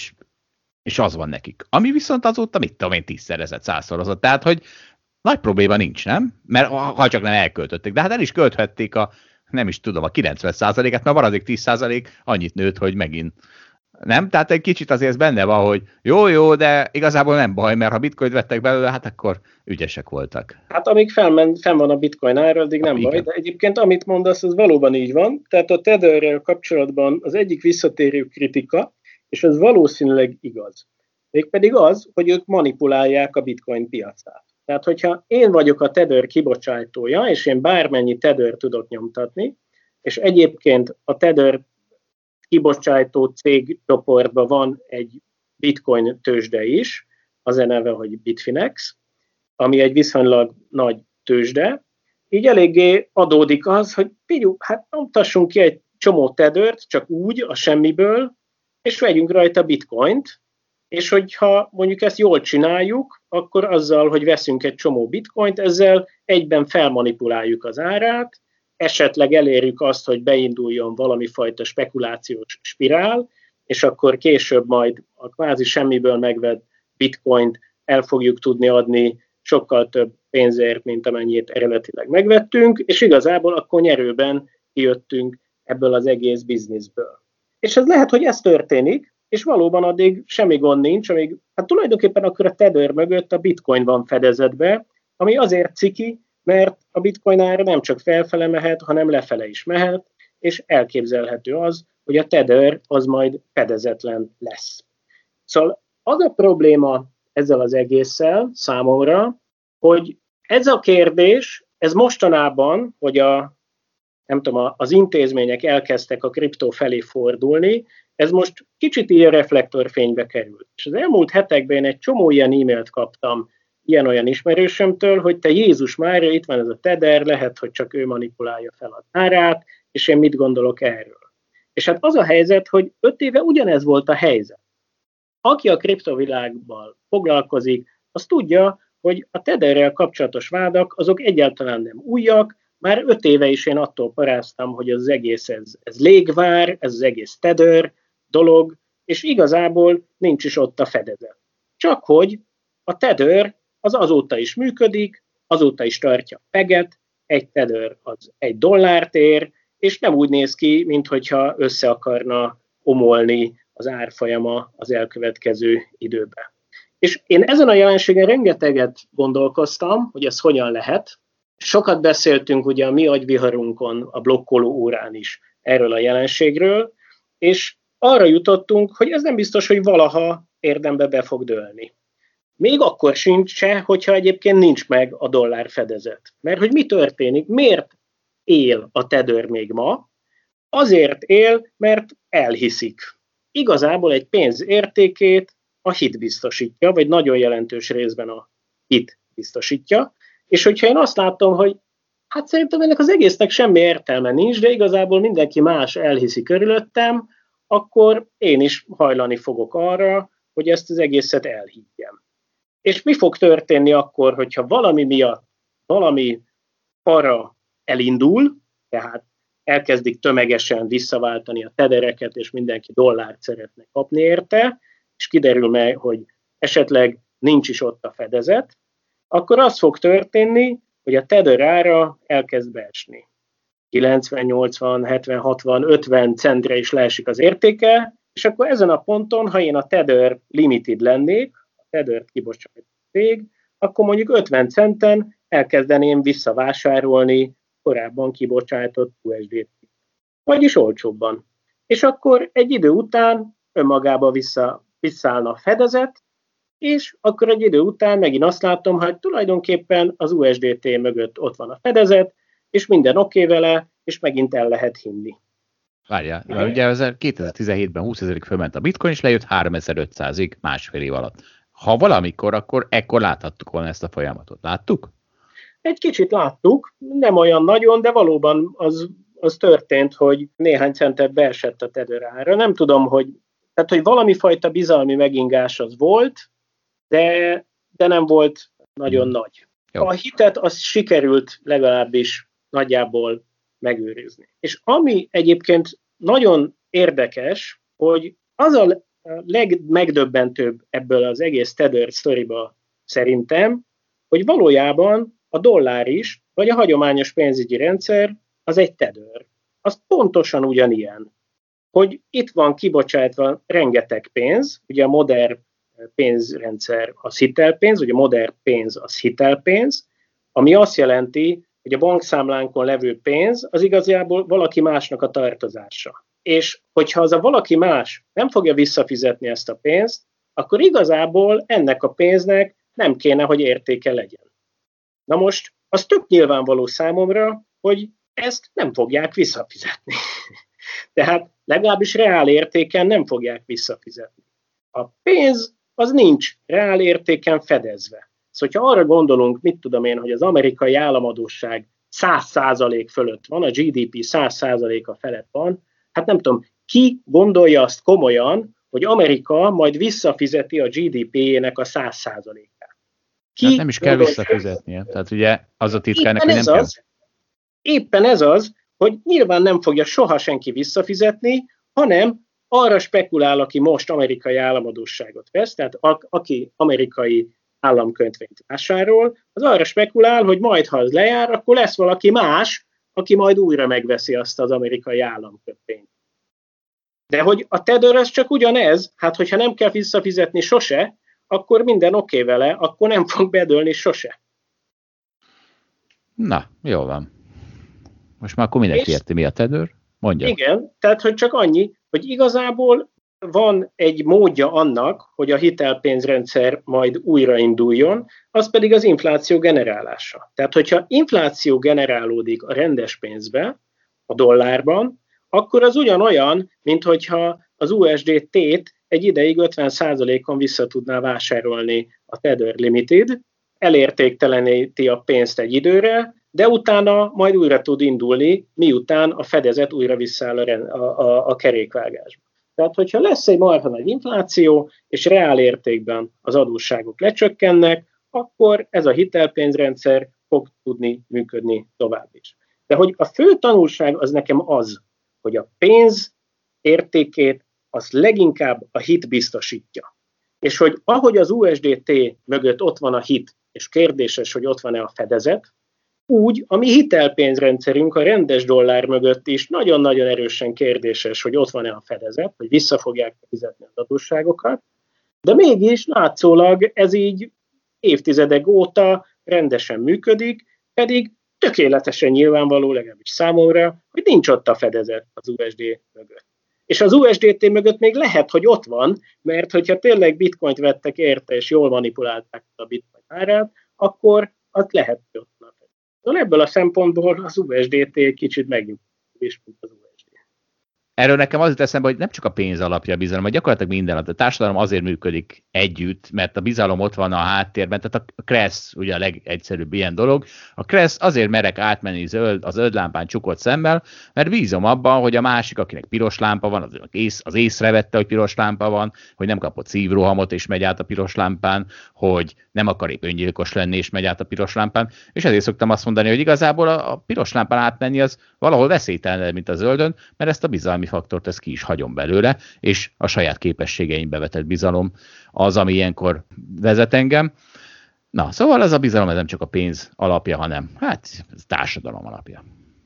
és az van nekik. Ami viszont azóta, mit tudom én, 10-szerezett, 100-szorozott. Tehát, hogy nagy probléma nincs, nem? Mert ha csak nem elköltötték. De hát el is költhették nem is tudom, a 90%-át, mert maradék 10% annyit nőtt, hogy megint nem? Tehát egy kicsit azért ez benne van, hogy jó, de igazából nem baj, mert ha bitcoint vettek belőle, hát akkor ügyesek voltak. Hát amíg fenn van a bitcoin ára, addig nem baj, de egyébként amit mondasz, az valóban így van. Tehát a Tetherrel kapcsolatban az egyik visszatérő kritika, és ez valószínűleg igaz. Mégpedig az, hogy ők manipulálják a bitcoin piacát. Tehát, hogyha én vagyok a Tether kibocsátója, és én bármennyi Tether tudok nyomtatni, és egyébként a Tether kibocsátó cégcsoportban van egy bitcoin tőzsde is, az a neve, hogy Bitfinex, ami egy viszonylag nagy tőzsde, így eléggé adódik az, hogy hát nyomtassunk ki egy csomó Tethert, csak úgy, a semmiből, és vegyünk rajta bitcoint, és hogyha mondjuk ezt jól csináljuk, akkor azzal, hogy veszünk egy csomó bitcoint, ezzel egyben felmanipuláljuk az árát, esetleg elérjük azt, hogy beinduljon valami fajta spekulációs spirál, és akkor később majd a kvázi semmiből megvett bitcoint el fogjuk tudni adni sokkal több pénzért, mint amennyit eredetileg megvettünk, és igazából akkor nyerőben kijöttünk ebből az egész bizniszből. És ez lehet, hogy ez történik, és valóban addig semmi gond nincs, amíg hát tulajdonképpen akkor a Tether mögött a bitcoin van fedezetbe, ami azért ciki, mert a bitcoin ára nem csak felfele mehet, hanem lefele is mehet, és elképzelhető az, hogy a Tether az majd fedezetlen lesz. Szóval az a probléma ezzel az egésszel számomra, hogy ez a kérdés, ez mostanában, hogy az intézmények elkezdtek a kriptó felé fordulni, ez most kicsit ilyen reflektorfénybe került. És az elmúlt hetekben egy csomó ilyen e-mailt kaptam ilyen-olyan ismerősömtől, hogy te Jézus Mária, itt van ez a Tether, lehet, hogy csak ő manipulálja fel az árát, és én mit gondolok erről. És hát az a helyzet, hogy 5 éve ugyanez volt a helyzet. Aki a kriptovilágban foglalkozik, az tudja, hogy a Tetherrel kapcsolatos vádak azok egyáltalán nem újak, Már 5 éve is én attól paráztam, hogy az egész ez légvár, ez az egész tether dolog, és igazából nincs is ott a fedezet. Csak hogy a tether az azóta is működik, azóta is tartja a peget, egy tether az $1 ér, és nem úgy néz ki, minthogyha össze akarna omolni az árfolyama az elkövetkező időben. És én ezen a jelenségen rengeteget gondolkoztam, hogy ez hogyan lehet. Sokat beszéltünk ugye a mi agyviharunkon, a blokkoló órán is erről a jelenségről, és arra jutottunk, hogy ez nem biztos, hogy valaha érdembe be fog dőlni. Még akkor sincs, hogyha egyébként nincs meg a dollár fedezet. Mert hogy mi történik? Miért él a tether még ma? Azért él, mert elhiszik. Igazából egy pénz értékét a hit biztosítja, vagy nagyon jelentős részben a hit biztosítja, és hogyha én azt látom, hogy hát szerintem ennek az egésznek semmi értelme nincs, de igazából mindenki más elhiszi körülöttem, akkor én is hajlani fogok arra, hogy ezt az egészet elhiggyem. És mi fog történni akkor, hogyha valami miatt valami para elindul, tehát elkezdik tömegesen visszaváltani a tethereket, és mindenki dollárt szeretne kapni érte, és kiderül meg, hogy esetleg nincs is ott a fedezet, akkor az fog történni, hogy a tether ára elkezd beesni. 90, 80, 70, 60, 50 centre is leesik az értéke, és akkor ezen a ponton, ha én a tether limited lennék, a tethert kibocsátó cég, akkor mondjuk 50 centen elkezdeném visszavásárolni korábban kibocsátott USD-t. Vagyis olcsóbban. És akkor egy idő után önmagába visszaállna a fedezet, és akkor egy idő után megint azt látom, hogy tulajdonképpen az USDT mögött ott van a fedezet, és minden oké vele, és megint el lehet hinni. Várjál, ugye 2017-ben 20 000-ig fölment a bitcoin, és lejött 3500-ig másfél év alatt. Ha valamikor, akkor ekkor láthattuk volna ezt a folyamatot. Láttuk? Egy kicsit láttuk, nem olyan nagyon, de valóban az történt, hogy néhány centet beesett a tether ára. Nem tudom, hogy valami fajta bizalmi megingás az volt, de nem volt nagyon nagy. Jó. A hitet azt sikerült legalábbis nagyjából megőrizni. És ami egyébként nagyon érdekes, hogy az a legmegdöbbentőbb ebből az egész tether sztoriba szerintem, hogy valójában a dollár is, vagy a hagyományos pénzügyi rendszer, az egy tether. Az pontosan ugyanilyen, hogy itt van kibocsátva rengeteg pénz, ugye a modern pénzrendszer az hitelpénz, ugye a modern pénz az hitelpénz, ami azt jelenti, hogy a bankszámlánkon levő pénz az igazából valaki másnak a tartozása. És hogyha az a valaki más nem fogja visszafizetni ezt a pénzt, akkor igazából ennek a pénznek nem kéne, hogy értéke legyen. Na most, az tök nyilvánvaló számomra, hogy ezt nem fogják visszafizetni. Tehát legalábbis reál értéken nem fogják visszafizetni. A pénz az nincs reál értéken fedezve. Szóval, ha arra gondolunk, mit tudom én, hogy az amerikai államadósság 100% fölött van, a GDP 100%-a felett van, hát nem tudom, ki gondolja azt komolyan, hogy Amerika majd visszafizeti a GDP-jének a 100%-át. Hát nem is kell visszafizetnie. Tehát ugye az a titkának, hogy nem kell. Éppen ez az, hogy nyilván nem fogja soha senki visszafizetni, hanem arra spekulál, aki most amerikai államadósságot vesz, tehát aki amerikai államkötvényt vásárol, az arra spekulál, hogy majd, ha az lejár, akkor lesz valaki más, aki majd újra megveszi azt az amerikai államkötvényt. De hogy a tether az csak ugyanez, hát hogyha nem kell visszafizetni sose, akkor minden oké vele, akkor nem fog bedőlni sose. Na, jól van. Most már akkor mindenki érti, mi a tether? Mondja. Igen, tehát hogy csak annyi, hogy igazából van egy módja annak, hogy a hitelpénzrendszer majd újrainduljon, az pedig az infláció generálása. Tehát, hogyha infláció generálódik a rendes pénzbe, a dollárban, akkor az ugyanolyan, mint hogyha az USDT-t egy ideig 50%-on vissza tudná vásárolni a Tether Limited, elértékteleníti a pénzt egy időre, de utána majd újra tud indulni, miután a fedezet újra visszáll a kerékvágásba. Tehát, hogyha lesz egy marha nagy infláció, és reál értékben az adósságok lecsökkennek, akkor ez a hitelpénzrendszer fog tudni működni tovább is. De hogy a fő tanulság az nekem az, hogy a pénz értékét az leginkább a hit biztosítja. És hogy ahogy az USDT mögött ott van a hit, és kérdéses, hogy ott van-e a fedezet, úgy a mi hitelpénzrendszerünk a rendes dollár mögött is nagyon-nagyon erősen kérdéses, hogy ott van-e a fedezet, hogy vissza fogják fizetni az adósságokat, de mégis látszólag ez így évtizedek óta rendesen működik, pedig tökéletesen nyilvánvaló, legalábbis számomra, hogy nincs ott a fedezet az USD mögött. És az USDT mögött még lehet, hogy ott van, mert hogyha tényleg bitcoint vettek érte, és jól manipulálták a bitcoin árát, akkor az lehet, hogy ott van. Ebből a szempontból az USDT egy kicsit megnyugtató is, mint az USD. Erről nekem az jut eszembe, hogy nem csak a pénz alapja a bizalom, hogy gyakorlatilag minden. A társadalom azért működik együtt, mert a bizalom ott van a háttérben, tehát a KRESZ ugye a legegyszerűbb ilyen dolog. A KRESZ azért merek átmenni az zöld lámpán csukott szemmel, mert bízom abban, hogy a másik, akinek piros lámpa van, az észrevette, hogy piros lámpa van, hogy nem kapott szívrohamot és megy át a piros lámpán, hogy nem akar épp öngyilkos lenni és megy át a piros lámpán, és ezért szoktam azt mondani, hogy igazából a piros lámpán átmenni az valahol veszélytelenebb, mint a zöldön, mert ezt a bizalmi faktort ezt ki is hagyom belőle, és a saját képességeimbe vetett bizalom az, ami ilyenkor vezet engem. Na, szóval ez a bizalom ez nem csak a pénz alapja, hanem hát ez társadalom alapja.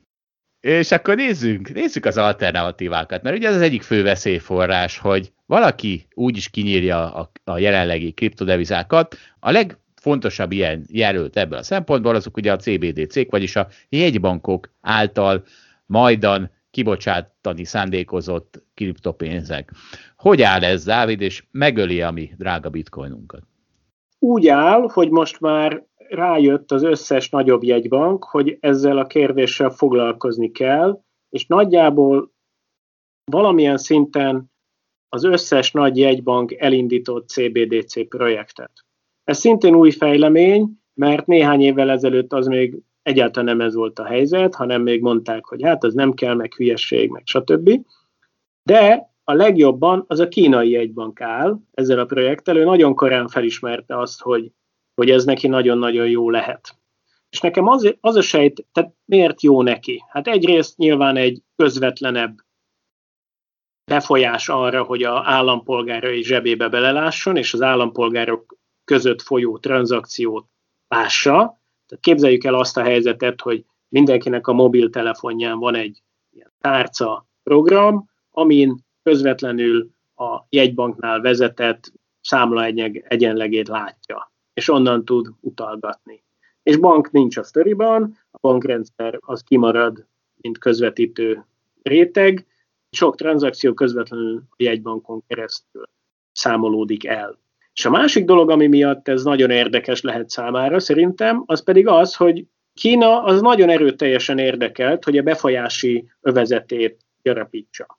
És akkor nézzük az alternatívákat, mert ugye ez az egyik fő veszélyforrás, hogy valaki úgy is kinyírja a jelenlegi kriptodevizákat. A legfontosabb ilyen jelölt ebből a szempontból azok ugye a CBDC-k, vagyis a jegybankok által majdan kibocsátani szándékozott kriptopénzek. Hogy áll ez, Dávid, és megöli a mi drága bitcoinunkat? Úgy áll, hogy most már rájött az összes nagyobb jegybank, hogy ezzel a kérdéssel foglalkozni kell, és nagyjából valamilyen szinten az összes nagy jegybank elindított CBDC projektet. Ez szintén új fejlemény, mert néhány évvel ezelőtt az még egyáltalán nem ez volt a helyzet, hanem még mondták, hogy hát az nem kell, meg hülyesség, meg stb. De a legjobban az a kínai jegybank áll ezzel a projekttel, ő nagyon korán felismerte azt, hogy ez neki nagyon-nagyon jó lehet. És nekem az a sejt, tehát miért jó neki? Hát egyrészt nyilván egy közvetlenebb befolyás arra, hogy az állampolgárai zsebébe belelásson, és az állampolgárok között folyó tranzakciót lássa. Tehát képzeljük el azt a helyzetet, hogy mindenkinek a mobiltelefonján van egy ilyen tárca program, amin közvetlenül a jegybanknál vezetett számla egyenlegét látja, és onnan tud utalgatni. És bank nincs a sztoriban, a bankrendszer az kimarad, mint közvetítő réteg, sok tranzakció közvetlenül a jegybankon keresztül számolódik el. És a másik dolog, ami miatt ez nagyon érdekes lehet számára, szerintem, az pedig az, hogy Kína az nagyon erőteljesen érdekelt, hogy a befolyási övezetét gyarapítsa.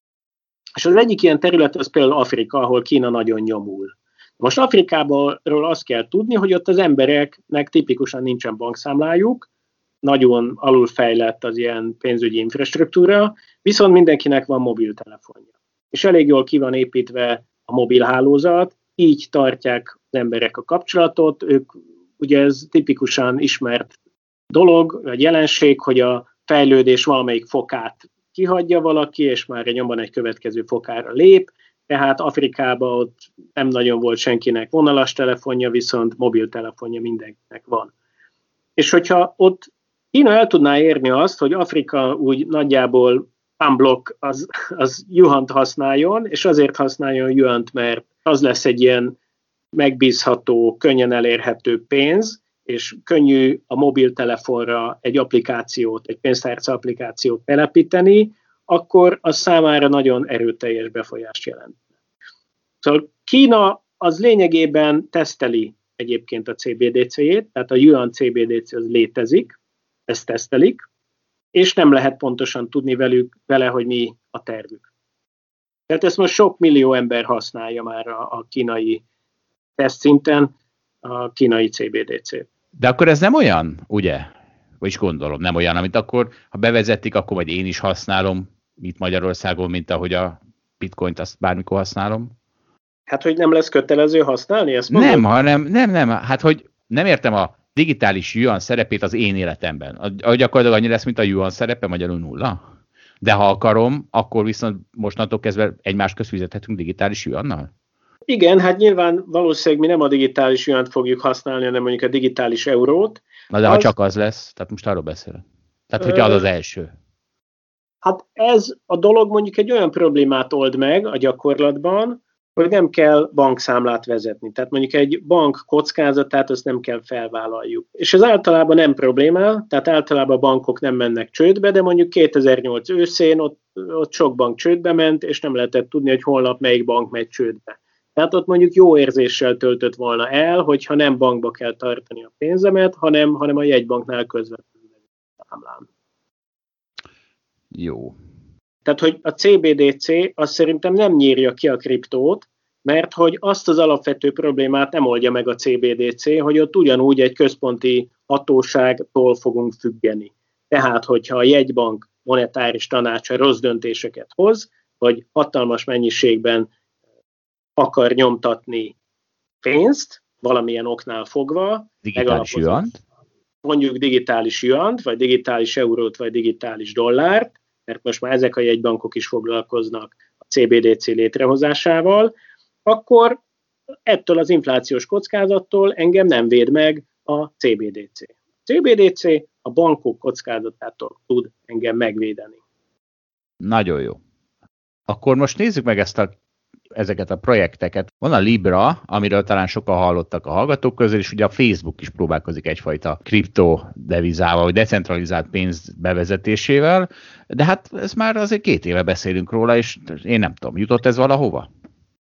És az egyik ilyen terület az például Afrika, ahol Kína nagyon nyomul. Most Afrikából azt kell tudni, hogy ott az embereknek tipikusan nincsen bankszámlájuk, nagyon alulfejlett az ilyen pénzügyi infrastruktúra, viszont mindenkinek van mobiltelefonja. És elég jól ki van építve a mobilhálózat, így tartják az emberek a kapcsolatot, ők, ugye ez tipikusan ismert dolog, vagy jelenség, hogy a fejlődés valamelyik fokát kihagyja valaki, és már nyomban egy következő fokára lép, tehát Afrikában ott nem nagyon volt senkinek vonalas telefonja, viszont mobiltelefonja mindenkinek van. És hogyha ott Kína el tudná érni azt, hogy Afrika úgy nagyjából unblock az yuant használjon, és azért használjon yuant, mert az lesz egy ilyen megbízható, könnyen elérhető pénz, és könnyű a mobiltelefonra egy applikációt, egy pénztárca applikációt telepíteni, akkor az számára nagyon erőteljes befolyást jelent. Szóval Kína az lényegében teszteli egyébként a CBDC-jét, tehát a yuan CBDC az létezik, ezt tesztelik, és nem lehet pontosan tudni vele, hogy mi a tervük. Tehát ezt most sok millió ember használja már a kínai tesztszinten, a kínai CBDC-t. De akkor ez nem olyan, ugye? Vagyis gondolom, nem olyan, amit akkor, ha bevezetik, akkor vagy én is használom itt Magyarországon, mint ahogy a bitcoint azt bármikor használom. Hát, hogy nem lesz kötelező használni? Ezt nem, hanem, nem, hát, hogy nem értem a digitális yuan szerepét az én életemben. Gyakorlatilag annyi lesz, mint a yuan szerepe, magyarul 0. De ha akarom, akkor viszont mostantól kezdve egymás közt fizethetünk digitális yuannal? Igen, hát nyilván valószínűleg mi nem a digitális yuant fogjuk használni, hanem mondjuk a digitális eurót. Na de ha csak az lesz, tehát most arról beszélek. Tehát, hogyha az első. Hát ez a dolog mondjuk egy olyan problémát old meg a gyakorlatban, hogy nem kell bankszámlát vezetni. Tehát mondjuk egy bank kockázatát azt nem kell felvállaljuk. És ez általában nem probléma, tehát általában a bankok nem mennek csődbe, de mondjuk 2008 őszén ott sok bank csődbe ment, és nem lehetett tudni, hogy holnap melyik bank megy csődbe. Tehát ott mondjuk jó érzéssel töltött volna el, hogyha nem bankba kell tartani a pénzemet, hanem a jegybanknál közvetlenül számlán. Jó. Tehát, hogy a CBDC azt szerintem nem nyírja ki a kriptót, mert hogy azt az alapvető problémát nem oldja meg a CBDC, hogy ott ugyanúgy egy központi hatóságtól fogunk függeni. Tehát, hogyha a jegybank monetáris tanácsa rossz döntéseket hoz, vagy hatalmas mennyiségben akar nyomtatni pénzt, valamilyen oknál fogva, digitális yuant, mondjuk digitális yuant, vagy digitális eurót, vagy digitális dollárt, mert most már ezek a jegybankok is foglalkoznak a CBDC létrehozásával, akkor ettől az inflációs kockázattól engem nem véd meg a CBDC. A CBDC a bankok kockázatától tud engem megvédeni. Nagyon jó. Akkor most nézzük meg ezeket a projekteket. Van a Libra, amiről talán sokan hallottak a hallgatók közül, és ugye a Facebook is próbálkozik egyfajta kriptodevizával, vagy decentralizált pénz bevezetésével, de hát ez már azért 2 éve beszélünk róla, és én nem tudom, jutott ez valahova?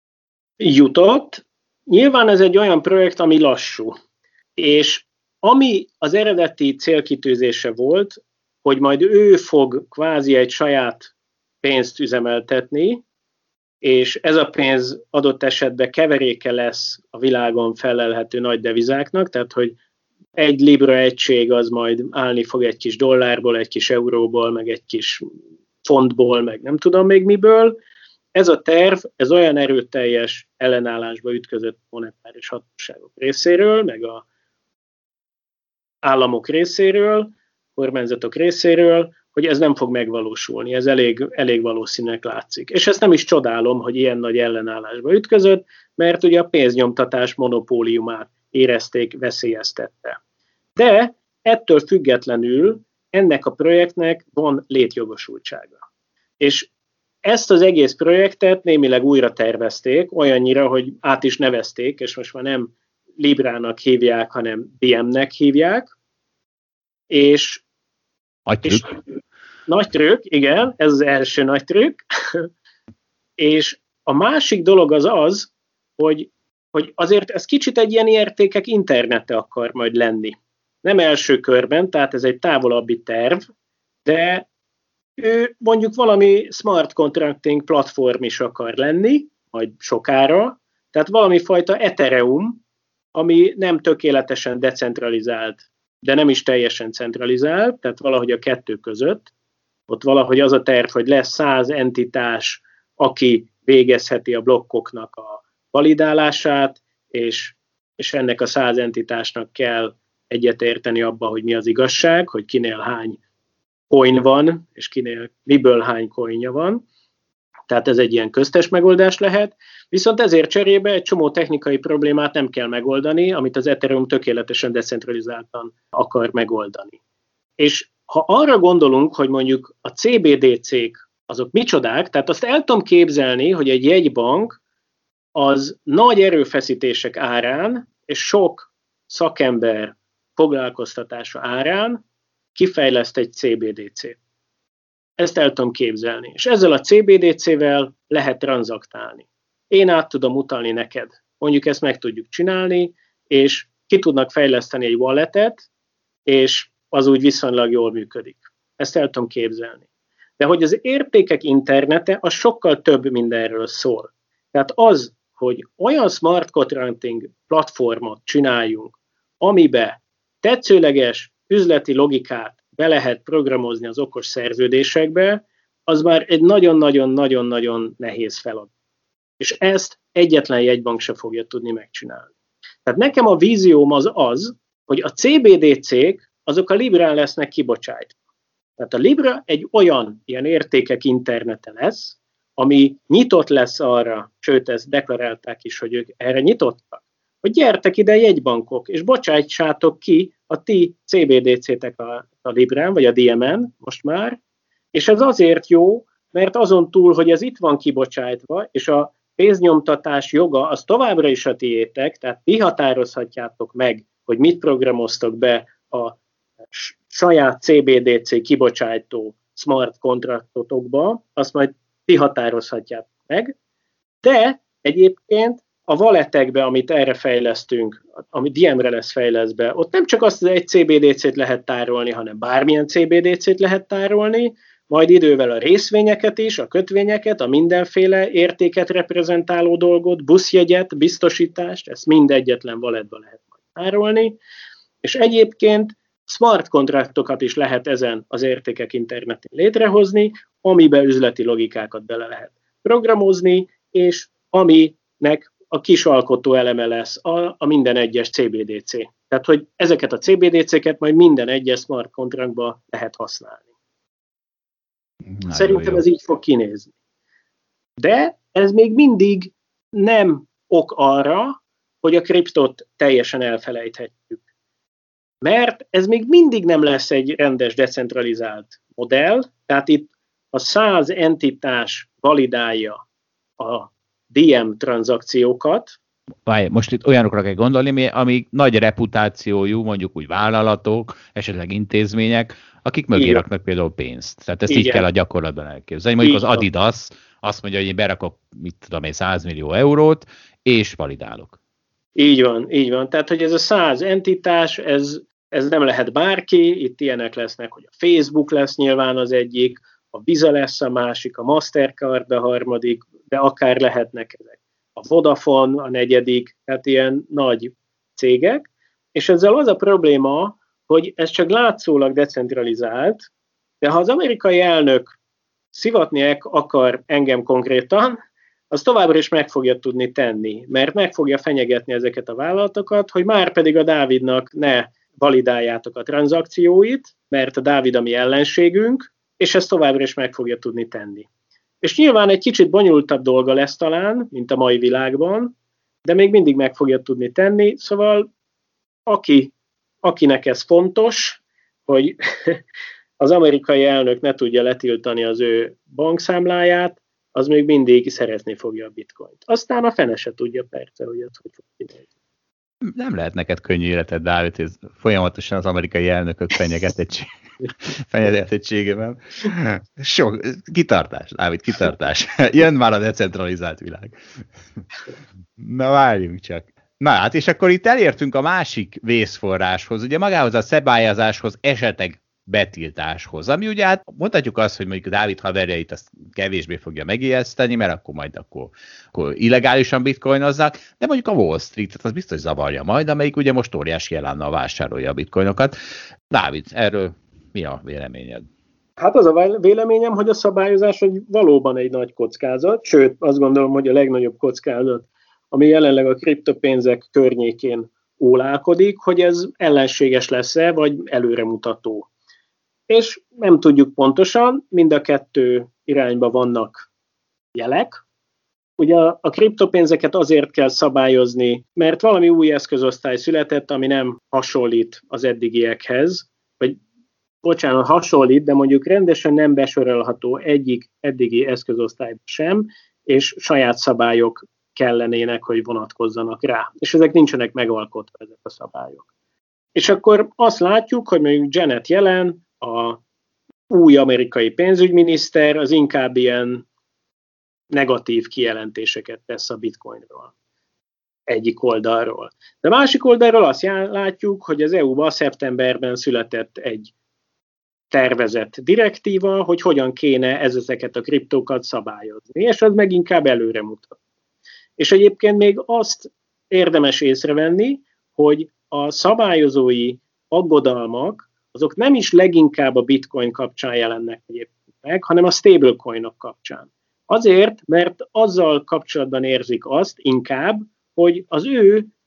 Jutott. Nyilván ez egy olyan projekt, ami lassú. És ami az eredeti célkitűzése volt, hogy majd ő fog kvázi egy saját pénzt üzemeltetni, és ez a pénz adott esetben keveréke lesz a világon felelhető nagy devizáknak, tehát hogy egy Libra egység az majd állni fog egy kis dollárból, egy kis euróból, meg egy kis fontból, meg nem tudom még miből. Ez a terv, ez olyan erőteljes ellenállásba ütközött monetáris hatóságok részéről, meg a államok részéről, kormányzatok részéről, hogy ez nem fog megvalósulni, ez elég valószínűleg látszik. És ezt nem is csodálom, hogy ilyen nagy ellenállásba ütközött, mert ugye a pénznyomtatás monopóliumát érezték, veszélyeztette. De ettől függetlenül ennek a projektnek van létjogosultsága. És ezt az egész projektet némileg újra tervezték, olyannyira, hogy át is nevezték, és most már nem Librának hívják, hanem DM-nek hívják. És nagy trükk, igen, ez az első nagy trükk. És a másik dolog az, hogy azért ez kicsit egy ilyen értékek internete akar majd lenni. Nem első körben, tehát ez egy távolabbi terv, de ő mondjuk valami smart contracting platform is akar lenni, majd sokára, tehát valami fajta Ethereum, ami nem tökéletesen decentralizált, de nem is teljesen centralizált, tehát valahogy a kettő között. Ott valahogy az a terv, hogy lesz 100 entitás, aki végezheti a blokkoknak a validálását, és ennek a 100 entitásnak kell egyetérteni abba, hogy mi az igazság, hogy kinél hány coin van, és miből hány coinja van. Tehát ez egy ilyen köztes megoldás lehet, viszont ezért cserébe egy csomó technikai problémát nem kell megoldani, amit az Ethereum tökéletesen decentralizáltan akar megoldani. És ha arra gondolunk, hogy mondjuk a CBDC-k azok micsodák, tehát azt el tudom képzelni, hogy egy jegybank az nagy erőfeszítések árán és sok szakember foglalkoztatása árán kifejleszt egy CBDC-t. Ezt el tudom képzelni. És ezzel a CBDC-vel lehet tranzaktálni. Én át tudom utalni neked. Mondjuk ezt meg tudjuk csinálni, és ki tudnak fejleszteni egy walletet, és az úgy viszonylag jól működik. Ezt el tudom képzelni. De hogy az értékek internete, az sokkal több mindenről szól. Tehát az, hogy olyan smart contracting platformot csináljunk, amibe tetszőleges üzleti logikát be lehet programozni az okos szerződésekbe, az már egy nagyon-nagyon-nagyon-nagyon nehéz feladat. És ezt egyetlen jegybank se fogja tudni megcsinálni. Tehát nekem a vízióm az, hogy a CBDC-k azok a Librán lesznek kibocsájtva. Tehát a Libra egy olyan ilyen értékek internete lesz, ami nyitott lesz arra, sőt ezt deklarálták is, hogy ők erre nyitottak, hogy gyertek ide jegybankok, és bocsájtsátok ki a ti CBDC-tek a Librán, vagy a DMN most már, és ez azért jó, mert azon túl, hogy ez itt van kibocsájtva, és a pénznyomtatás joga az továbbra is a tiétek, tehát ti határozhatjátok meg, hogy mit programoztok be a saját CBDC kibocsátó smart kontraktotokba, azt majd ti határozhatjátok meg, de egyébként a walletekbe, amit erre fejlesztünk, ami DM-re lesz fejlesztve, ott nem csak azt az egy CBDC-t lehet tárolni, hanem bármilyen CBDC-t lehet tárolni, majd idővel a részvényeket is, a kötvényeket, a mindenféle értéket reprezentáló dolgot, buszjegyet, biztosítást, ezt mind egyetlen walletba lehet majd tárolni, és egyébként smart kontraktokat is lehet ezen az értékek internetén létrehozni, amiben üzleti logikákat bele lehet programozni, és aminek a kis alkotó eleme lesz a minden egyes CBDC. Tehát, hogy ezeket a CBDC-ket majd minden egyes smart kontraktba lehet használni. Nagyon szerintem jó. Ez így fog kinézni. De ez még mindig nem ok arra, hogy a kriptot teljesen elfelejthetjük. Mert ez még mindig nem lesz egy rendes decentralizált modell, tehát itt a 100 entitás validálja a DM tranzakciókat. Várj, most itt olyanokra kell gondolni, amik nagy reputációjú, mondjuk úgy vállalatok, esetleg intézmények, akik mögé raknak például pénzt. Tehát ezt így kell a gyakorlatban elképzelni. Mondjuk az Adidas azt mondja, hogy én berakok, mit tudom én, 100 millió eurót, és validálok. Így van. Tehát, hogy ez a 100 entitás, ez nem lehet bárki, itt ilyenek lesznek, hogy a Facebook lesz nyilván az egyik, a Visa lesz a másik, a Mastercard a harmadik, de akár lehetnek ezek. A Vodafone a negyedik, tehát ilyen nagy cégek, és ezzel az a probléma, hogy ez csak látszólag decentralizált, de ha az amerikai elnök szivatni akar engem konkrétan, az továbbra is meg fogja tudni tenni, mert meg fogja fenyegetni ezeket a vállalatokat, hogy már pedig a Dávidnak ne validáljátok a tranzakcióit, mert a Dávid a mi ellenségünk, és ezt továbbra is meg fogja tudni tenni. És nyilván egy kicsit bonyolultabb dolga lesz talán, mint a mai világban, de még mindig meg fogja tudni tenni, szóval akinek ez fontos, hogy az amerikai elnök ne tudja letiltani az ő bankszámláját, az még mindig szerezni fogja a bitcoint. Aztán a fene se tudja persze, hogy ez hogy fog kinézni. Nem lehet neked könnyű életed, Dávid, ez folyamatosan az amerikai elnökök fenyegetettségében. Sok, kitartás, Dávid, kitartás. Jön már a decentralizált világ. Na, várjunk csak. Na hát, és akkor itt elértünk a másik vészforráshoz, ugye magához a szabályozáshoz, esetleg betiltáshoz, ami ugye hát mondhatjuk azt, hogy mondjuk Dávid haverjait azt kevésbé fogja megijeszteni, mert akkor illegálisan bitcoinozzák, de mondjuk a Wall Street, az biztos zavarja majd, amelyik ugye most óriási elánnal vásárolja a bitcoinokat. Dávid, erről mi a véleményed? Hát az a véleményem, hogy a szabályozás valóban egy nagy kockázat, sőt azt gondolom, hogy a legnagyobb kockázat, ami jelenleg a kriptopénzek környékén ólálkodik, hogy ez ellenséges lesz-e, vagy előremutató. És nem tudjuk pontosan, mind a kettő irányba vannak jelek. Ugye a kriptopénzeket azért kell szabályozni, mert valami új eszközosztály született, ami nem hasonlít az eddigiekhez, vagy bocsánat, hasonlít, de mondjuk rendesen nem besorolható egyik eddigi eszközosztályba sem, és saját szabályok kellenének, hogy vonatkozzanak rá. És ezek nincsenek megalkotva, ezek a szabályok. És akkor azt látjuk, hogy mondjuk Janet Yellen, a új amerikai pénzügyminiszter, az inkább ilyen negatív kijelentéseket tesz a bitcoinról. Egyik oldalról. De másik oldalról azt látjuk, hogy az EU-ban szeptemberben született egy tervezett direktíva, hogy hogyan kéne ezeket a kriptókat szabályozni, és az meg inkább előre mutat. És egyébként még azt érdemes észrevenni, hogy a szabályozói aggodalmak, azok nem is leginkább a bitcoin kapcsán jelennek egyébként meg, hanem a stablecoinok kapcsán. Azért, mert azzal kapcsolatban érzik azt inkább, hogy az ő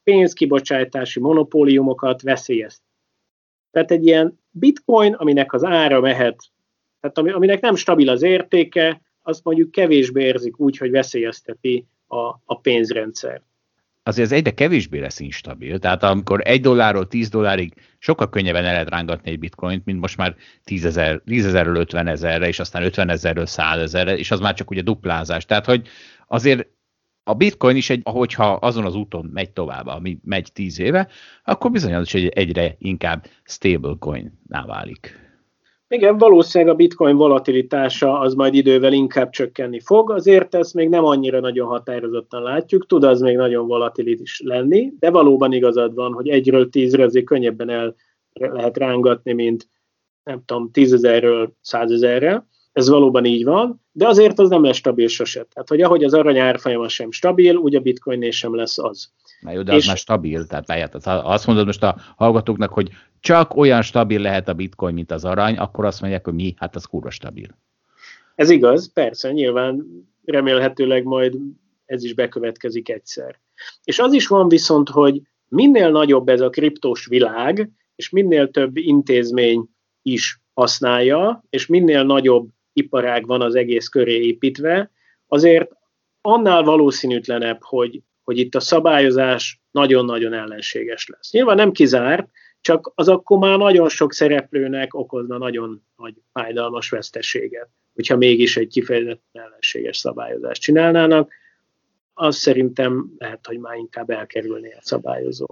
pénzkibocsátási monopóliumokat veszélyeztet. Tehát egy ilyen bitcoin, aminek az ára mehet, tehát aminek nem stabil az értéke, azt mondjuk kevésbé érzik úgy, hogy veszélyezteti a pénzrendszer. Azért ez egyre kevésbé lesz instabil, tehát amikor $1-ról $10 sokkal könnyebben el lehet rángatni egy bitcoint, mint most már 10.000-ről 50.000-re, és aztán 50.000-ről 100.000-re, és az már csak ugye duplázás. Tehát, hogy azért a bitcoin is, ahogyha azon az úton megy tovább, ami megy 10 éve, akkor bizony az is egyre inkább stablecoin-ná válik. Igen, valószínűleg a bitcoin volatilitása az majd idővel inkább csökkenni fog, azért ezt még nem annyira nagyon határozottan látjuk, tud az még nagyon volatilis lenni, de valóban igazad van, hogy 1-ről 10-re azért könnyebben el lehet rángatni, mint nem tudom, 10.000-ről 100.000-re, ez valóban így van, de azért az nem lesz stabil sose. Tehát, hogy ahogy az arany árfolyama sem stabil, úgy a bitcoinnél sem lesz az. Na jó, de az már stabil, tehát azt mondod most a hallgatóknak, hogy csak olyan stabil lehet a bitcoin, mint az arany, akkor azt mondják, hogy mi? Hát az kurva stabil. Ez igaz, persze, nyilván remélhetőleg majd ez is bekövetkezik egyszer. És az is van viszont, hogy minél nagyobb ez a kriptós világ, és minél több intézmény is használja, és minél nagyobb iparág van az egész köré építve, azért annál valószínűtlenebb, hogy itt a szabályozás nagyon-nagyon ellenséges lesz. Nyilván nem kizárt, csak az akkor már nagyon sok szereplőnek okozna nagyon nagy fájdalmas veszteséget, hogyha mégis egy kifejezetten ellenséges szabályozást csinálnának, az szerintem lehet, hogy már inkább elkerülné a szabályozó.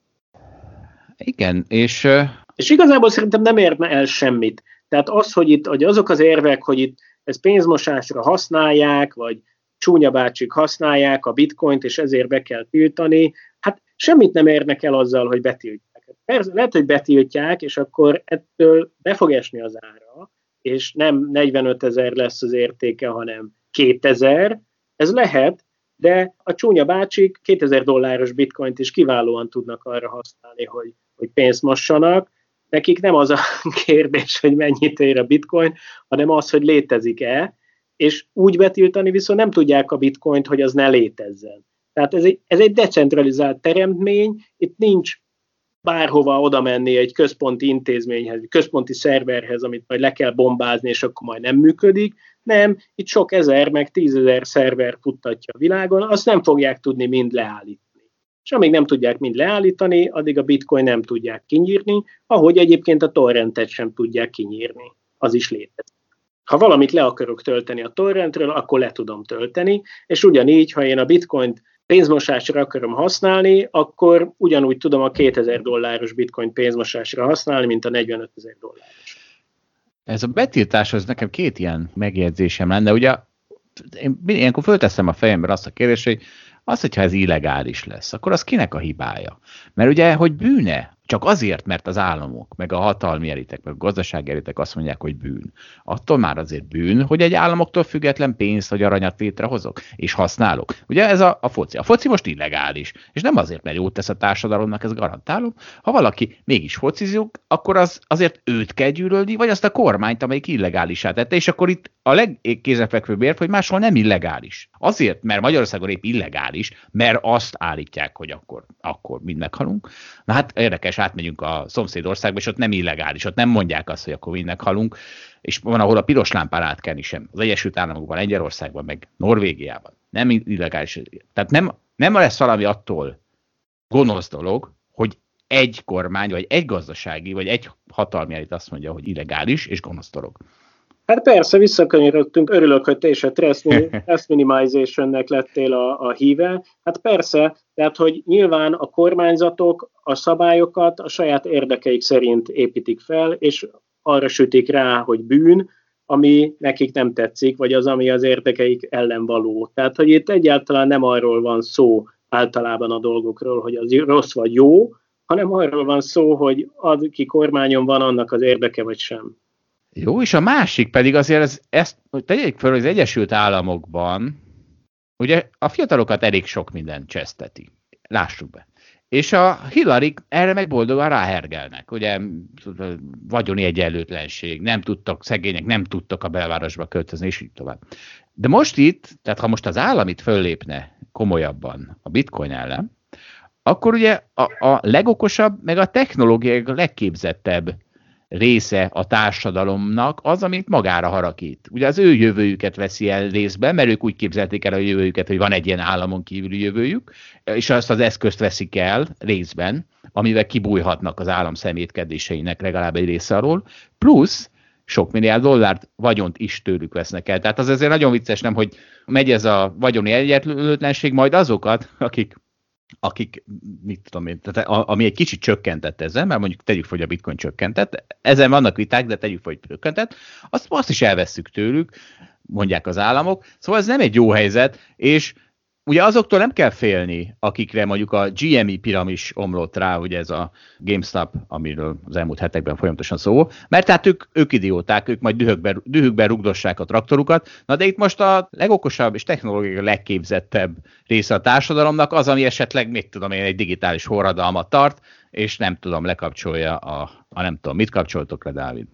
Igen, és igazából szerintem nem érne el semmit. Tehát az, hogy azok az érvek, hogy itt ezt pénzmosásra használják, vagy csúnya bácsik használják a bitcoint, és ezért be kell tiltani, hát semmit nem érnek el azzal, hogy betiltják. Persze, lehet, hogy betiltják, és akkor ettől be fog esni az ára, és nem 45.000 lesz az értéke, hanem 2.000, ez lehet, de a csúnya bácsik $2.000 bitcoint is kiválóan tudnak arra használni, hogy pénzt mossanak. Nekik nem az a kérdés, hogy mennyit ér a bitcoin, hanem az, hogy létezik-e, és úgy betiltani viszont nem tudják a bitcoint, hogy az ne létezzen. Tehát ez egy decentralizált teremtmény, itt nincs bárhova oda menni egy központi intézményhez, egy központi szerverhez, amit majd le kell bombázni, és akkor majd nem működik. Nem, itt sok ezer, meg 10.000 szerver futtatja a világon, azt nem fogják tudni mind leállítani. És amíg nem tudják mind leállítani, addig a bitcoin nem tudják kinyírni, ahogy egyébként a torrentet sem tudják kinyírni. Az is létezik. Ha valamit le akarok tölteni a torrentről, akkor le tudom tölteni, és ugyanígy, ha én a bitcoint pénzmosásra akarom használni, akkor ugyanúgy tudom a $2.000 bitcoin pénzmosásra használni, mint a $45.000. Ez a betiltás, az nekem két ilyen megjegyzésem lenne. Ugye én ilyenkor fölteszem a fejembe azt a kérdést, hogy az, hogyha ez illegális lesz, akkor az kinek a hibája? Mert ugye, hogy bűne, csak azért, mert az államok, meg a hatalmi elitek, meg a gazdasági elitek azt mondják, hogy bűn. Attól már azért bűn, hogy egy államoktól független pénzt vagy aranyat létrehozok, és használok. Ugye ez a foci. A foci most illegális, és nem azért, mert jót tesz a társadalomnak, ezt garantálom. Ha valaki mégis focizik, akkor azért őt kell gyűlölni, vagy azt a kormányt, amelyik illegálisá tette, és akkor itt a legkézenfekvőbb érv, hogy máshol nem illegális. Azért, mert Magyarországon épp illegális, mert azt állítják, hogy akkor mind meghalunk. Na hát érdekes, átmegyünk a szomszédországba, és ott nem illegális, ott nem mondják azt, hogy akkor mind meghalunk, és van, ahol a piros lámpán átkelni sem. Az Egyesült Államokban, Lengyelországban, meg Norvégiában. Nem illegális. Tehát nem lesz valami attól gonosz dolog, hogy egy kormány, vagy egy gazdasági, vagy egy hatalmi elit azt mondja, hogy illegális és gonosz dolog. Hát persze, visszakanyarodtunk, örülök, hogy te is a trust minimizationnek lettél a híve. Hát persze, tehát, hogy nyilván a kormányzatok a szabályokat a saját érdekeik szerint építik fel, és arra sütik rá, hogy bűn, ami nekik nem tetszik, vagy az, ami az érdekeik ellen való. Tehát, hogy itt egyáltalán nem arról van szó általában a dolgokról, hogy az rossz vagy jó, hanem arról van szó, hogy aki kormányon van, annak az érdeke vagy sem. Jó, és a másik pedig azért ezt tegyék fel, hogy az Egyesült Államokban ugye a fiatalokat elég sok minden cseszteti. Lássuk be. És a Hillary erre meg boldogan ráhergelnek. Ugye vagyoni egyenlőtlenség, szegények nem tudtak a belvárosba költözni, és így tovább. De most itt, tehát ha most az állam itt föllépne komolyabban a bitcoin ellen, akkor ugye a legokosabb, meg a technológiai legképzettebb része a társadalomnak az, amit magára haragít. Ugye az ő jövőjüket veszi el részben, mert ők úgy képzelték el a jövőjüket, hogy van egy ilyen államon kívüli jövőjük, és azt az eszközt veszik el részben, amivel kibújhatnak az állam szemétkedéseinek legalább egy része alól, plusz sok milliárd dollárt vagyont is tőlük vesznek el. Tehát az azért nagyon vicces, nem, hogy megy ez a vagyoni egyenlőtlenség, majd azokat, akik mit tudom én, tehát ami egy kicsit csökkentett ezen, mert mondjuk tegyük fel, hogy a bitcoin csökkentett, ezen vannak viták, de tegyük fel, hogy csökkentett, azt is elvesszük tőlük, mondják az államok, szóval ez nem egy jó helyzet, és ugye azoktól nem kell félni, akikre mondjuk a GME piramis omlott rá, ugye ez a GameStop, amiről az elmúlt hetekben folyamatosan szó, mert tehát ők idióták, ők majd dühükben rugdossák a traktorukat. Na de itt most a legokosabb és technológiai legképzettebb része a társadalomnak az, ami esetleg, mit tudom én, egy digitális forradalmat tart, és nem tudom, lekapcsolja a nem tudom, mit kapcsoltok le, Dávid?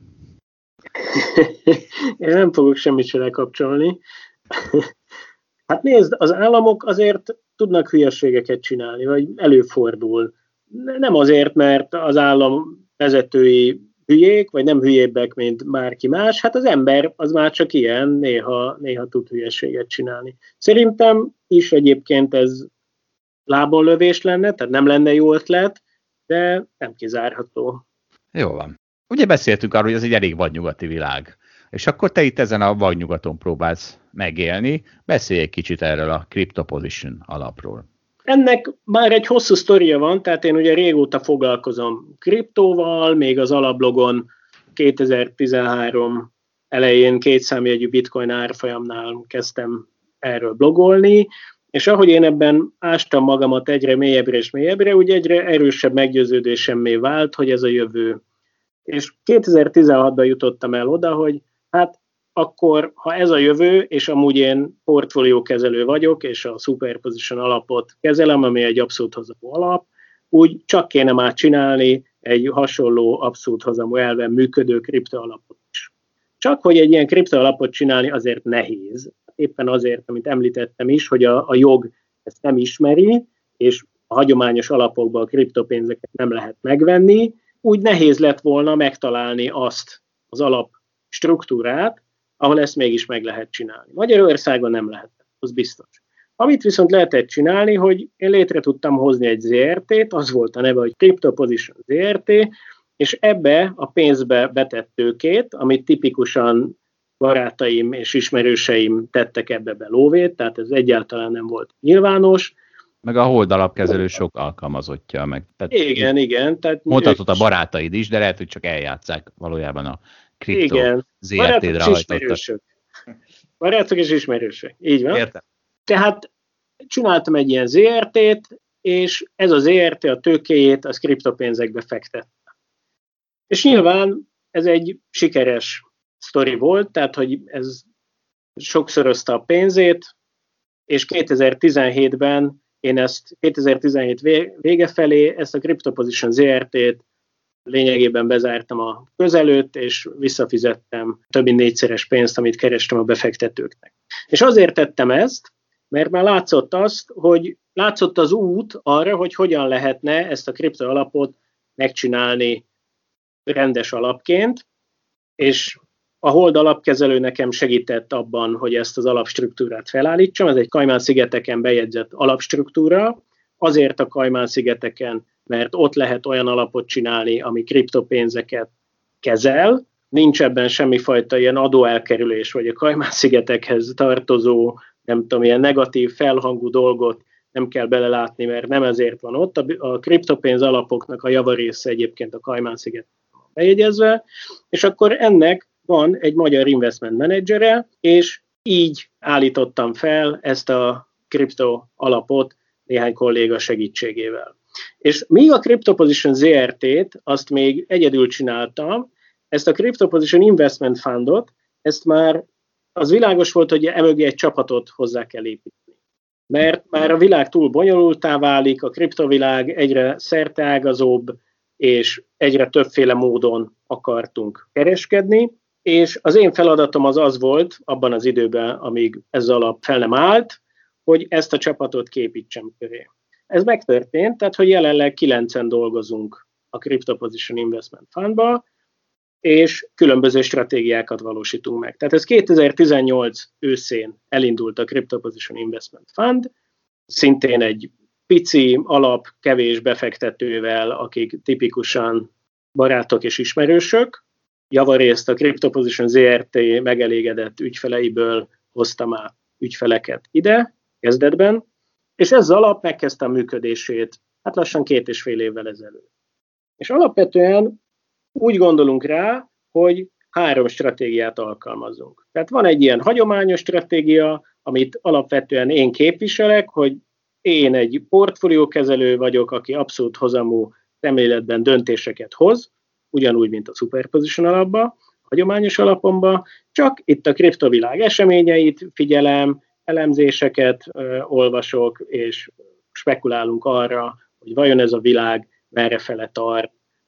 Én nem fogok semmit se lekapcsolni. Hát nézd, az államok azért tudnak hülyeségeket csinálni, vagy előfordul. Nem azért, mert az állam vezetői hülyék, vagy nem hülyébbek, mint bárki más, hát az ember az már csak ilyen, néha tud hülyeséget csinálni. Szerintem is egyébként ez lábonlövés lenne, tehát nem lenne jó ötlet, de nem kizárható. Jó van. Ugye beszéltünk arról, hogy ez egy elég vadnyugati világ. És akkor te itt ezen a vadnyugaton próbálsz megélni. Beszélj egy kicsit erről a Crypto Position alapról. Ennek már egy hosszú sztoria van, tehát én ugye régóta foglalkozom kriptóval, még az alablogon 2013 elején 2 számjegyű bitcoin árfolyamnál kezdtem erről blogolni, és ahogy én ebben ástam magamat egyre mélyebbre és mélyebbre, ugye egyre erősebb meggyőződésemmé vált, hogy ez a jövő. És 2016-ban jutottam el oda, hogy hát akkor, ha ez a jövő, és amúgy én portfóliókezelő vagyok, és a Superposition alapot kezelem, ami egy abszolút hozamú alap, úgy csak kéne már csinálni egy hasonló abszolút hozamú elven működő kriptoalapot is. Csak hogy egy ilyen kriptoalapot csinálni azért nehéz. Éppen azért, amit említettem is, hogy a jog ezt nem ismeri, és a hagyományos alapokban a kriptopénzeket nem lehet megvenni, úgy nehéz lett volna megtalálni azt az alap struktúrát, ahol ezt mégis meg lehet csinálni. Magyarországon nem lehetett, az biztos. Amit viszont lehetett csinálni, hogy én létre tudtam hozni egy ZRT-t, az volt a neve, hogy Crypto Position ZRT, és ebbe a pénzbe betett tőkét, amit tipikusan barátaim és ismerőseim tettek ebbe be lóvét, tehát ez egyáltalán nem volt nyilvános. Meg a Hold alapkezelő sok alkalmazottja meg. Tehát igen. Tehát mondhatod a barátaid is, de lehet, hogy csak eljátszák valójában a kriptó ZRT-re hajtottak. Barátok és ismerősök. Így van. Értem. Tehát csináltam egy ilyen ZRT-t, és ez a ZRT a tőkéjét az kriptopénzekbe fektette. És nyilván ez egy sikeres sztori volt, tehát hogy ez sokszorozta a pénzét, és 2017-ben én ezt 2017 vége felé ezt a Crypto Position ZRT-t lényegében bezártam a közelőtt, és visszafizettem több mint 4-szeres pénzt, amit kerestem a befektetőknek. És azért tettem ezt, mert már látszott az út arra, hogy hogyan lehetne ezt a kripto alapot megcsinálni rendes alapként, és a Hold alapkezelő nekem segített abban, hogy ezt az alapstruktúrát felállítsam. Ez egy Kajmán-szigeteken bejegyzett alapstruktúra, azért a Kajmán-szigeteken, mert ott lehet olyan alapot csinálni, ami kriptopénzeket kezel, nincs ebben semmifajta ilyen adóelkerülés, vagy a Kajmán-szigetekhez tartozó, nem tudom, ilyen negatív felhangú dolgot nem kell belelátni, mert nem ezért van ott. A kriptopénz alapoknak a javarésze egyébként a Kajmán-szigeteken van bejegyezve, és akkor ennek van egy magyar investment menedzsere, és így állítottam fel ezt a kripto alapot néhány kolléga segítségével. És míg a Crypto Position ZRT-t, azt még egyedül csináltam, ezt a Crypto Position Investment Fundot, ezt már az világos volt, hogy emögé egy csapatot hozzá kell építeni. Mert már a világ túl bonyolultá válik, a kriptovilág egyre szerteágazóbb, és egyre többféle módon akartunk kereskedni, és az én feladatom az volt abban az időben, amíg ez alap fel nem állt, hogy ezt a csapatot képítsem köré. ez megtörtént, tehát hogy jelenleg 9-en dolgozunk a Crypto Position Investment Fundba, és különböző stratégiákat valósítunk meg. Tehát ez 2018 őszén elindult a Crypto Position Investment Fund, szintén egy pici alap, kevés befektetővel, akik tipikusan barátok és ismerősök. Javarészt a Crypto Position ZRT megelégedett ügyfeleiből hoztam át ügyfeleket ide, kezdetben, és ez az alap megkezdte a működését, hát lassan 2,5 évvel ezelőtt. És alapvetően úgy gondolunk rá, hogy 3 stratégiát alkalmazunk. Tehát van egy ilyen hagyományos stratégia, amit alapvetően én képviselek, hogy én egy portfóliókezelő vagyok, aki abszolút hozamú szemléletben döntéseket hoz, ugyanúgy, mint a Superposition alapban, a hagyományos alapomban, csak itt a kriptovilág eseményeit figyelem, elemzéseket olvasok, és spekulálunk arra, hogy vajon ez a világ merrefele tart,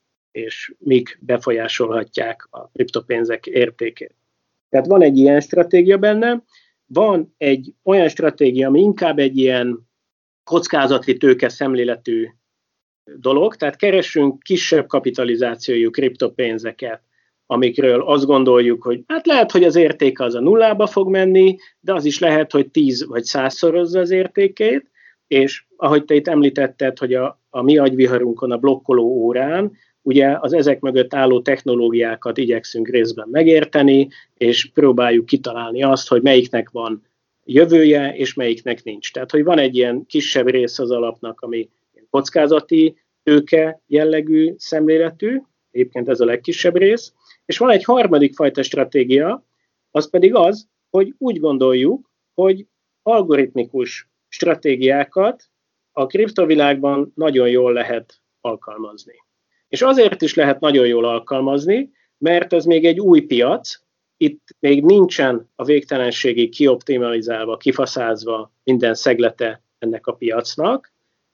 és mik befolyásolhatják a kriptopénzek értékét. Tehát van egy ilyen stratégia benne, van egy olyan stratégia, ami inkább egy ilyen kockázati tőke szemléletű dolog, tehát keresünk kisebb kapitalizációjú kriptopénzeket, amikről azt gondoljuk, hogy hát lehet, hogy az értéke az a nullába fog menni, de az is lehet, hogy 10 vagy 100-szorozza az értékét, és ahogy te itt említetted, hogy a mi agyviharunkon, a blokkoló órán, ugye az ezek mögött álló technológiákat igyekszünk részben megérteni, és próbáljuk kitalálni azt, hogy melyiknek van jövője, és melyiknek nincs. Tehát, hogy van egy ilyen kisebb rész az alapnak, ami kockázati, tőke jellegű szemléletű, egyébként ez a legkisebb rész, és van egy harmadik fajta stratégia, az pedig az, hogy úgy gondoljuk, hogy algoritmikus stratégiákat a kriptovilágban nagyon jól lehet alkalmazni. És azért is lehet nagyon jól alkalmazni, mert ez még egy új piac, itt még nincsen a végtelenségig kioptimalizálva, kifaszázva minden szeglete ennek a piacnak,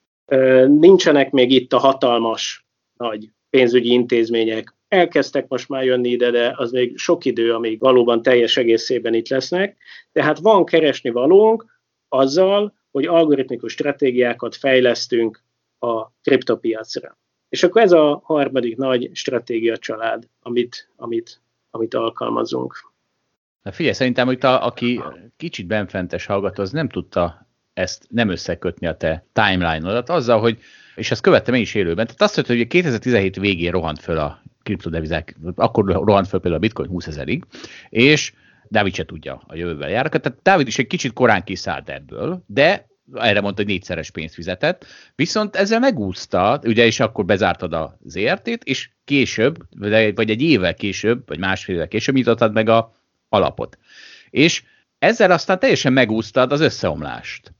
nincsenek még itt a hatalmas nagy pénzügyi intézmények, elkezdtek most már jönni ide, de az még sok idő, amíg valóban teljes egészében itt lesznek, tehát van keresni valónk azzal, hogy algoritmikus stratégiákat fejlesztünk a kriptopiacra. És akkor ez a harmadik nagy stratégia család, amit alkalmazunk. Na figyelj, szerintem, hogy aki kicsit benfentes hallgató, az nem tudta ezt nem összekötni a te timeline-odat azzal, hogy, és ezt követtem én is élőben, tehát azt mondta, hogy 2017 végén rohant föl a kriptodevizák, akkor rohant föl például a bitcoin 20 000-ig, és Dávid se tudja a jövőben járakat, tehát Dávid is egy kicsit korán kiszállt ebből, de erre mondta, hogy 4-szeres pénzt fizetett, viszont ezzel megúszta, ugye, és akkor bezártad a ZRT-t, és később, vagy egy évvel később, vagy másfél évvel később nyitottad meg a alapot. És ezzel aztán teljesen megúsztad az összeomlást.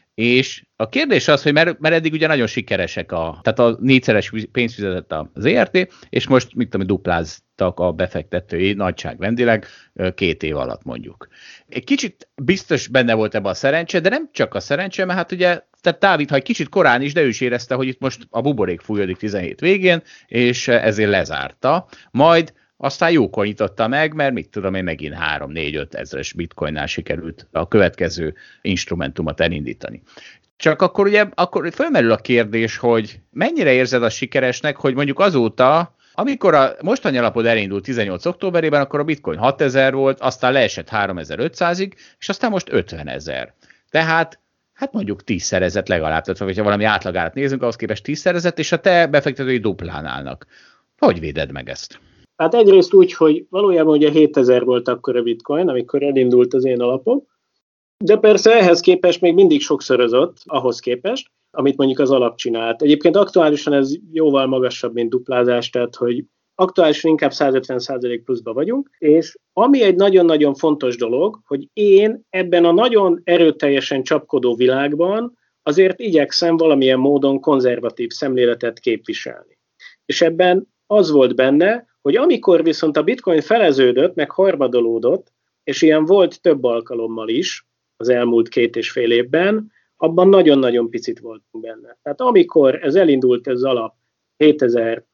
És a kérdés az, hogy mert eddig ugye nagyon sikeresek, tehát a 4-szeres pénzt fizetett a ZRT, és most, mit tudom, dupláztak a befektetői nagyságrendileg 2 év alatt mondjuk. Egy kicsit biztos benne volt ebben a szerencse, de nem csak a szerencse, mert hát ugye, tehát Dávid, ha egy kicsit korán is, de ő is érezte, hogy itt most a buborék fújódik 17 végén, és ezért lezárta. Majd aztán jókor nyitotta meg, mert mit tudom én, megint 3-4-5 ezres bitcoinnál sikerült a következő instrumentumot elindítani. Csak akkor ugye fölmerül a kérdés, hogy mennyire érzed azt sikeresnek, hogy mondjuk azóta, amikor a mostani alapod elindult 18 októberében, akkor a bitcoin 6000 volt, aztán leesett 3500-ig, és aztán most 50 000. Tehát hát mondjuk 10-szerezett legalább, tehát hogyha valami átlagárat nézünk, ahhoz képest 10-szerezett, és a te befektetői duplán állnak. Hogy véded meg ezt? Hát egyrészt úgy, hogy valójában ugye 7000 volt akkor a bitcoin, amikor elindult az én alapom, de persze ehhez képest még mindig sokszorozott, ahhoz képest, amit mondjuk az alap csinált. Egyébként aktuálisan ez jóval magasabb, mint duplázás, tehát hogy aktuálisan inkább 150% pluszba vagyunk, és ami egy nagyon-nagyon fontos dolog, hogy én ebben a nagyon erőteljesen csapkodó világban azért igyekszem valamilyen módon konzervatív szemléletet képviselni. És ebben az volt benne, hogy amikor viszont a bitcoin feleződött, meg harmadolódott, és ilyen volt több alkalommal is az elmúlt 2,5 évben, abban nagyon-nagyon picit voltunk benne. Tehát amikor ez elindult ez alap $7000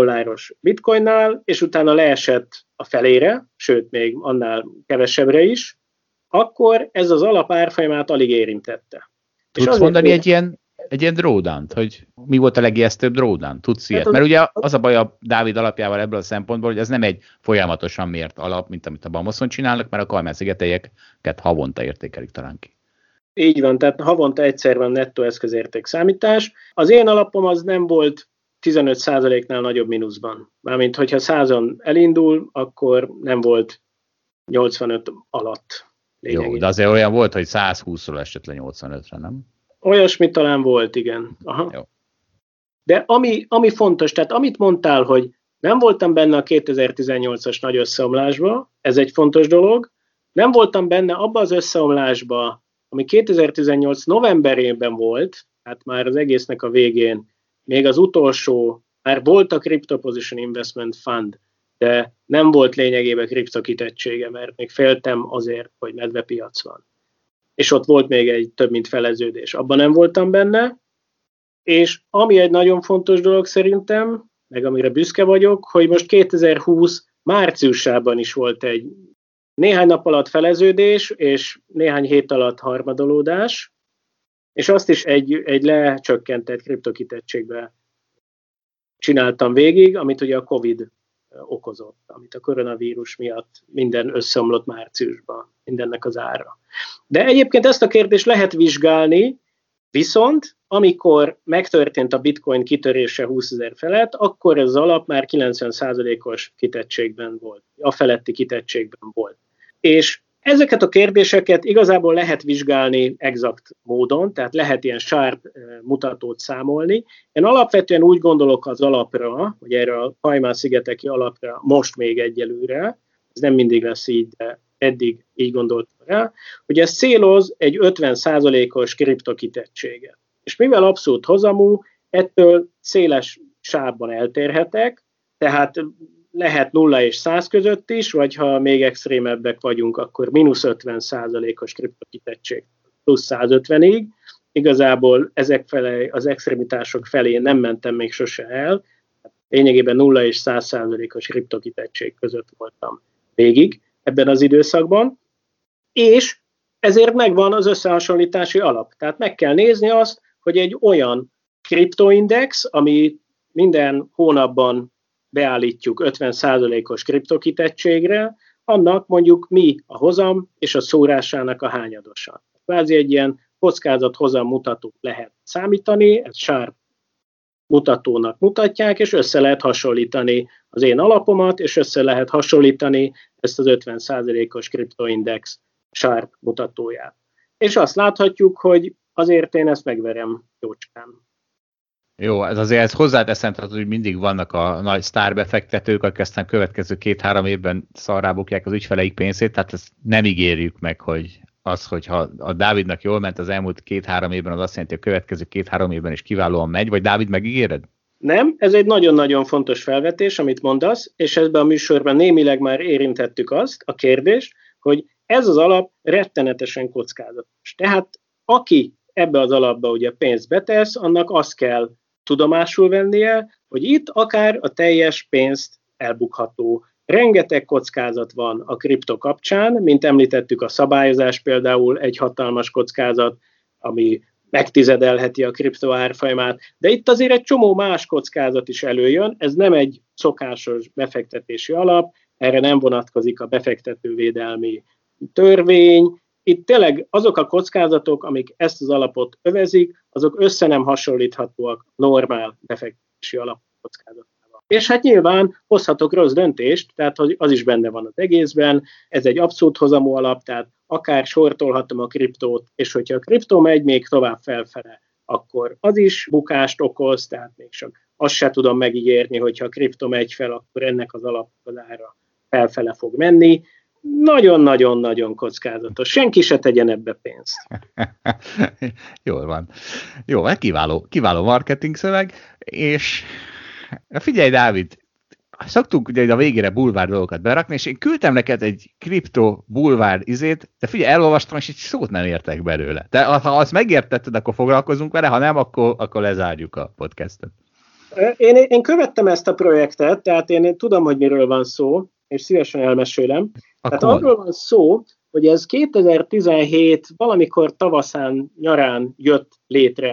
bitcoinnál, és utána leesett a felére, sőt még annál kevesebbre is, akkor ez az alap árfolyamát alig érintette. Tudsz mondani egy ilyen egy ilyen drawdown-t, hogy mi volt a legijesztőbb drawdown? Tudsz ilyet? Mert ugye az a baj a Dávid alapjával ebből a szempontból, hogy ez nem egy folyamatosan mért alap, mint amit a Bamoszon csinálnak, mert a Kajmán-szigetelyeket havonta értékelik talán ki. Így van, tehát havonta egyszer van nettó eszközérték számítás. Az én alapom az nem volt 15%-nál nagyobb mínuszban. Mármint, hogyha 100-on elindul, akkor nem volt 85 alatt. Jó, de azért olyan volt, hogy 120-ról esett le 85-re, nem? Olyasmi talán volt, igen. Aha. Jó. De ami fontos, tehát amit mondtál, hogy nem voltam benne a 2018-as nagy összeomlásba, ez egy fontos dolog, nem voltam benne abba az összeomlásba, ami 2018 novemberében volt, hát már az egésznek a végén, még az utolsó, már volt a Crypto Position Investment Fund, de nem volt lényegében kriptokitettsége, mert még féltem azért, hogy medvepiac van. És ott volt még egy több mint feleződés. Abban nem voltam benne, és ami egy nagyon fontos dolog szerintem, meg amire büszke vagyok, hogy most 2020 márciusában is volt egy néhány nap alatt feleződés, és néhány hét alatt harmadolódás, és azt is egy lecsökkentett kriptokitettségbe csináltam végig, amit ugye a Covid okozott, amit a koronavírus miatt minden összeomlott márciusban, mindennek az ára. De egyébként ezt a kérdést lehet vizsgálni, viszont amikor megtörtént a bitcoin kitörése 20 000 felett, akkor ez az alap már 90%-os kitettségben volt, a feletti kitettségben volt. És ezeket a kérdéseket igazából lehet vizsgálni exakt módon, tehát lehet ilyen sharp mutatót számolni. Én alapvetően úgy gondolok az alapra, hogy erre a Kajmán-szigeteki alapra most még egyelőre, ez nem mindig lesz így, de eddig így gondoltam rá, hogy ez céloz egy 50%-os kriptokitettséget. És mivel abszolút hozamú, ettől széles sávban eltérhetek, tehát lehet 0 és 100 között is, vagy ha még extrémebbek vagyunk, akkor mínusz 50%-os kriptokitettség plusz 150-ig. Igazából ezek felé, az extremitások felé nem mentem még sose el. Lényegében 0 és 100%-os kriptokitettség között voltam végig ebben az időszakban. És ezért megvan az összehasonlítási alap. Tehát meg kell nézni azt, hogy egy olyan kriptoindex, ami minden hónapban beállítjuk 50%-os kriptokitettségre, annak mondjuk mi a hozam és a szórásának a hányadosa. Kvázi egy ilyen kockázat-hozam mutatót lehet számítani, ezt sharp mutatónak mutatják, és össze lehet hasonlítani az én alapomat, és össze lehet hasonlítani ezt az 50%-os kriptoindex sharp mutatóját. És azt láthatjuk, hogy azért én ezt megverem jócskán. Jó, ez hozzáteszem, hogy mindig vannak a nagy sztárbefektetők, akik aztán következő 2-3 évben szarrábukják az ügyfeleik pénzét, tehát ezt nem ígérjük meg, hogy az, hogyha a Dávidnak jól ment az elmúlt 2-3 évben, az azt jelenti, hogy a következő 2-3 évben is kiválóan megy, vagy Dávid, megígéred? Nem, ez egy nagyon-nagyon fontos felvetés, amit mondasz, és ebben a műsorban némileg már érintettük azt, a kérdést, hogy ez az alap rettenetesen kockázatos. Tehát aki ebbe az alapba ugye pénzt betesz, annak azt kell tudomásul vennie, hogy itt akár a teljes pénzt elbukható. Rengeteg kockázat van a kripto kapcsán, mint említettük, a szabályozás például egy hatalmas kockázat, ami megtizedelheti a kripto árfolyamát, de itt azért egy csomó más kockázat is előjön, ez nem egy szokásos befektetési alap, erre nem vonatkozik a befektetővédelmi törvény. Itt tényleg azok a kockázatok, amik ezt az alapot övezik, azok össze nem hasonlíthatóak normál befektetési alapkockázatával. És hát nyilván hozhatok rossz döntést, tehát az is benne van az egészben, ez egy abszolút hozamú alap, tehát akár sortolhatom a kriptót, és hogyha a kriptó megy még tovább felfele, akkor az is bukást okoz, tehát még csak azt se tudom megígérni, hogyha a kriptó megy fel, akkor ennek az alapkozára felfele fog menni. Nagyon-nagyon-nagyon kockázatos. Senki se tegyen ebbe pénzt. Jól van. Jó, hát kiváló marketing szöveg, és figyelj, Dávid, szoktunk ugye a végére bulvár dolgokat berakni, és én küldtem neked egy kripto bulvár izét, de figyelj, elolvastam, és egy szót nem értek belőle. De ha azt megértetted, akkor foglalkozunk vele, ha nem, akkor lezárjuk a podcastet. Én követtem ezt a projektet, tehát én tudom, hogy miről van szó, és szívesen elmesélem. Tehát arról van szó, hogy ez 2017 valamikor tavaszán, nyarán jött létre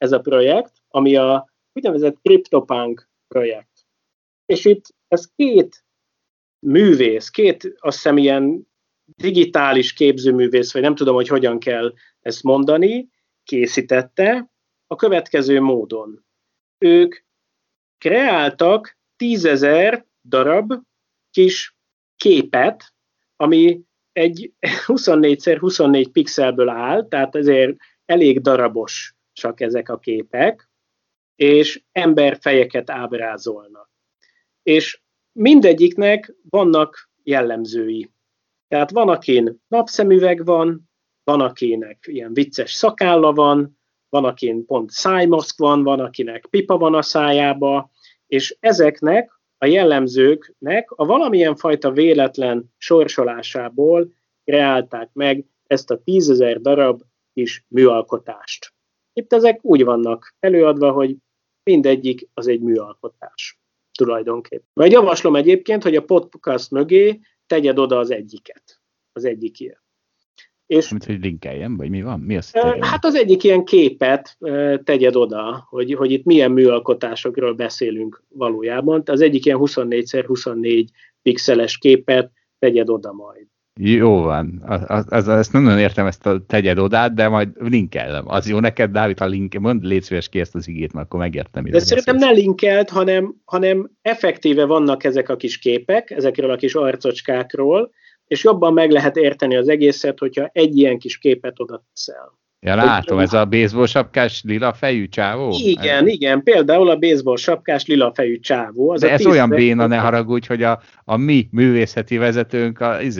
ez a projekt, ami a úgynevezett CryptoPunk projekt. És itt ez két művész, azt hiszem ilyen digitális képzőművész, vagy nem tudom, hogy hogyan kell ezt mondani, készítette a következő módon. Ők kreáltak 10.000 darab kis képet, ami egy 24x24 pixelből áll, tehát ezért elég darabosak ezek a képek, és emberfejeket ábrázolnak. És mindegyiknek vannak jellemzői. Tehát van, akin napszemüveg van akinek ilyen vicces szakálla van akin pont szájmaszk van akinek pipa van a szájába, és ezeknek a jellemzőknek a valamilyen fajta véletlen sorsolásából kreálták meg ezt a 10.000 darab kis műalkotást. Itt ezek úgy vannak előadva, hogy mindegyik az egy műalkotás tulajdonképpen. Vagy javaslom egyébként, hogy a podcast mögé tegyed oda az egyiket, az egyik ilyen. És, mint hogy linkeljem, vagy mi van? Mi az? Hát az egyik ilyen képet tegyed oda, hogy itt milyen műalkotásokról beszélünk valójában. Az egyik ilyen 24x24 pixeles képet tegyed oda majd. Jó van. Ezt nem nagyon értem, ezt a tegyed odát, de majd linkellem. Az jó neked, Dávid, ha mondd, légy szíves ki ezt az igét, mert akkor megértem. De szerintem ne linkelt, hanem effektíve vannak ezek a kis képek, ezekről a kis arcocskákról, és jobban meg lehet érteni az egészet, hogyha egy ilyen kis képet oda teszel. Ja, látom, ez a baseball sapkás lila fejű csávó? Igen, például a baseball sapkás lila fejű csávó. De ez olyan béna, ne haragudj, hogy a mi művészeti vezetőnk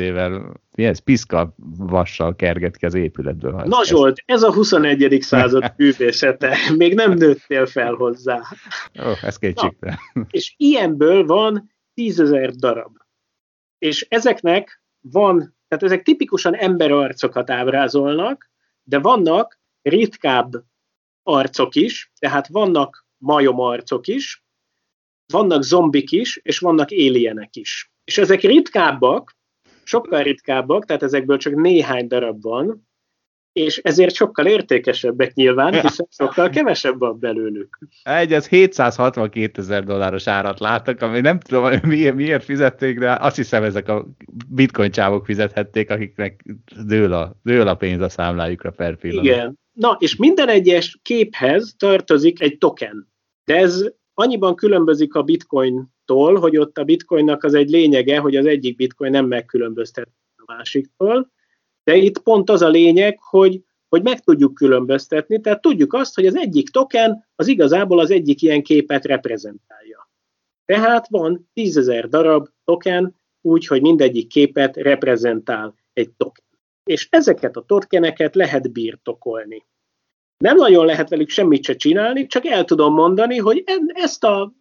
piszka vassal kerget ki az épületből. Na Zsolt, ez a 21. század művészete, még nem nőttél fel hozzá. Ó, ez kétségtelen. És ilyenből van 10.000 darab. És ezeknek tehát ezek tipikusan emberarcokat ábrázolnak, de vannak ritkább arcok is, tehát vannak majomarcok is, vannak zombik is, és vannak alienek is. És ezek ritkábbak, sokkal ritkábbak, tehát ezekből csak néhány darab van, és ezért sokkal értékesebbek nyilván, hiszen sokkal kevesebb van belőlük. Ez $762,000 árat láttak, ami nem tudom, hogy miért fizették, de azt hiszem, ezek a bitcoin csávok fizethették, akiknek dől a pénz a számlájukra per pillanat. Igen. Na, és minden egyes képhez tartozik egy token. De ez annyiban különbözik a bitcointól, hogy ott a bitcoinnak az egy lényege, hogy az egyik bitcoin nem megkülönböztet a másiktól, de itt pont az a lényeg, hogy meg tudjuk különböztetni, tehát tudjuk azt, hogy az egyik token az igazából az egyik ilyen képet reprezentálja. Tehát van 10.000 darab token, úgy, hogy mindegyik képet reprezentál egy token. És ezeket a tokeneket lehet birtokolni. Nem nagyon lehet velük semmit se csinálni, csak el tudom mondani, hogy ezt a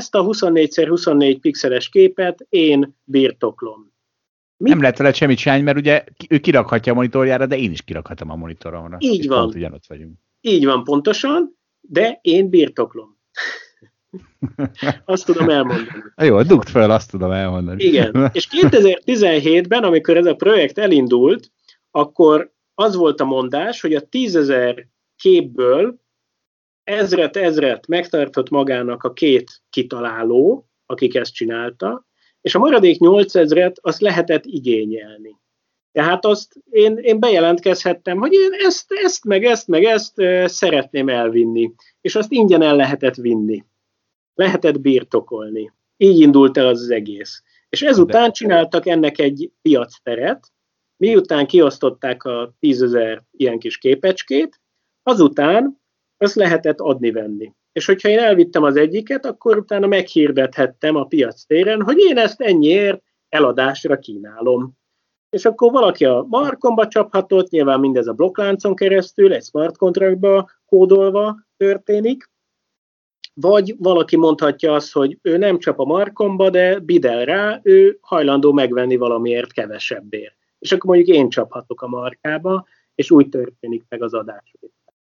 24x24 pixeles képet én birtoklom. Nem lehet vele semmit csinálni, mert ugye ő kirakhatja a monitorjára, de én is kirakhatom a monitoromra. Így van. Pont ugyanott vagyunk. Így van, pontosan, de én birtoklom. Azt tudom elmondani. Jó, dugd fel, azt tudom elmondani. Igen, és 2017-ben, amikor ez a projekt elindult, akkor az volt a mondás, hogy a 10.000 képből ezret megtartott magának a két kitaláló, akik ezt csinálta, és a maradék 8.000-et azt lehetett igényelni. Tehát azt én bejelentkezhettem, hogy én ezt szeretném elvinni, és azt ingyen el lehetett vinni. Lehetett birtokolni. Így indult el az egész. És ezután csináltak ennek egy piacteret, miután kiosztották a 10.000 ilyen kis képecskét, azután azt lehetett adni-venni. És hogyha én elvittem az egyiket, akkor utána meghirdethettem a piactéren, hogy én ezt ennyiért eladásra kínálom. És akkor valaki a markomba csaphatott, nyilván mindez a blokkláncon keresztül, egy smart contractba kódolva történik, vagy valaki mondhatja azt, hogy ő nem csap a markomba, de bidel rá, ő hajlandó megvenni valamiért kevesebbért. És akkor mondjuk én csaphatok a markába, és úgy történik meg az adás.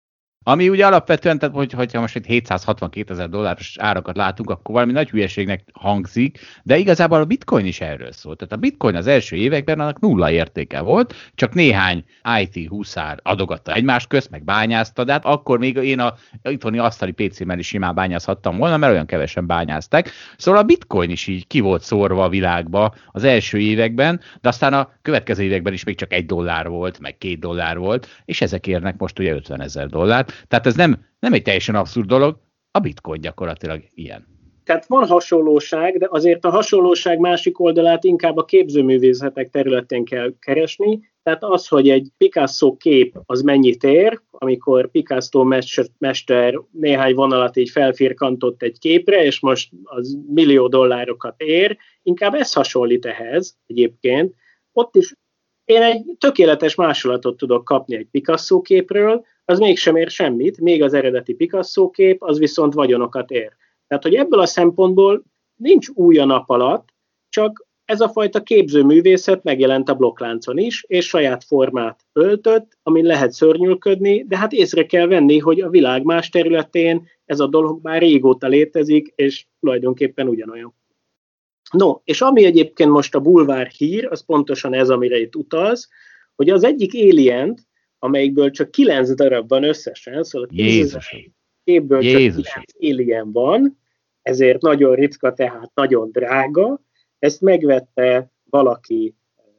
Ami ugye alapvetően, tehát hogyha most egy $762,000 árakat látunk, akkor valami nagy hülyeségnek hangzik, de igazából a bitcoin is erről szól. Tehát a bitcoin az első években annak nulla értéke volt, csak néhány IT huszár adogatta egymás közt, meg bányázta, de hát akkor még én a itthoni asztali PC-mel is simán bányázhattam volna, mert olyan kevesen bányázták. Szóval a bitcoin is így ki volt szórva a világba az első években, de aztán a következő években is még csak $1 volt, meg $2 volt, és ezek érnek most ugye $50,000. Tehát ez nem egy teljesen abszurd dolog, a bitcoin gyakorlatilag ilyen. Tehát van hasonlóság, de azért a hasonlóság másik oldalát inkább a képzőművészetek területén kell keresni. Tehát az, hogy egy Picasso kép az mennyit ér, amikor Picasso mester néhány vonalat így felfirkantott egy képre, és most az $1 millió ér, inkább ez hasonlít ehhez egyébként. Ott is én egy tökéletes másolatot tudok kapni egy Picasso képről, az mégsem ér semmit, még az eredeti Picasso kép, az viszont vagyonokat ér. Tehát, hogy ebből a szempontból nincs új a nap alatt, csak ez a fajta képzőművészet megjelent a blokkláncon is, és saját formát öltött, amin lehet szörnyűködni, de hát észre kell venni, hogy a világ más területén ez a dolog már régóta létezik, és tulajdonképpen ugyanolyan. No, és ami egyébként most a bulvár hír, az pontosan ez, amire itt utalsz, hogy az egyik Alien-t, amelyikből csak 9 darab van összesen, szóval 10 képből csak 9 Alien van, ezért nagyon ritka, tehát nagyon drága, ezt megvette valaki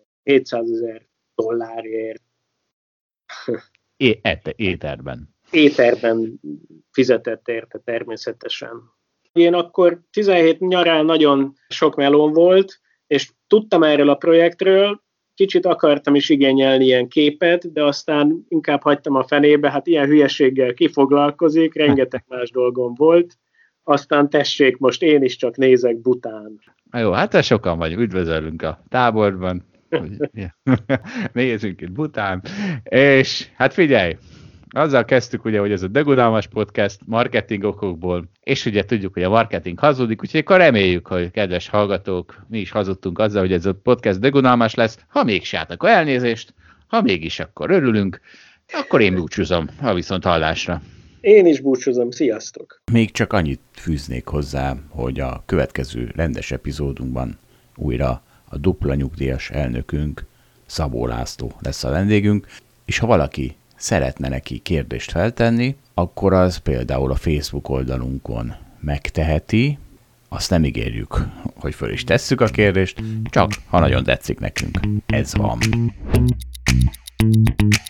$700,000. Éterben fizetett érte természetesen. Én akkor 17 nyarán nagyon sok melón volt, és tudtam erről a projektről, kicsit akartam is igényelni ilyen képet, de aztán inkább hagytam a fenébe, hát ilyen hülyeséggel kifoglalkozik, rengeteg más dolgom volt, aztán tessék, most én is csak nézek bután. Jó, hát sokan vagyunk, üdvözöllünk a táborban, nézzünk itt bután, és hát figyelj, azzal kezdtük ugye, hogy ez a Degunalmas Podcast marketing okokból, és ugye tudjuk, hogy a marketing hazudik, úgyhogy akkor reméljük, hogy kedves hallgatók, mi is hazudtunk azzal, hogy ez a podcast degunalmas lesz, ha mégse, hát akkor elnézést, ha mégis, akkor örülünk, akkor én búcsúzom, ha viszont hallásra. Én is búcsúzom, sziasztok! Még csak annyit fűznék hozzá, hogy a következő rendes epizódunkban újra a dupla nyugdíjas elnökünk, Szabó László lesz a vendégünk, és ha valaki szeretne neki kérdést feltenni, akkor az például a Facebook oldalunkon megteheti, azt nem ígérjük, hogy föl is tesszük a kérdést, csak ha nagyon tetszik nekünk. Ez van.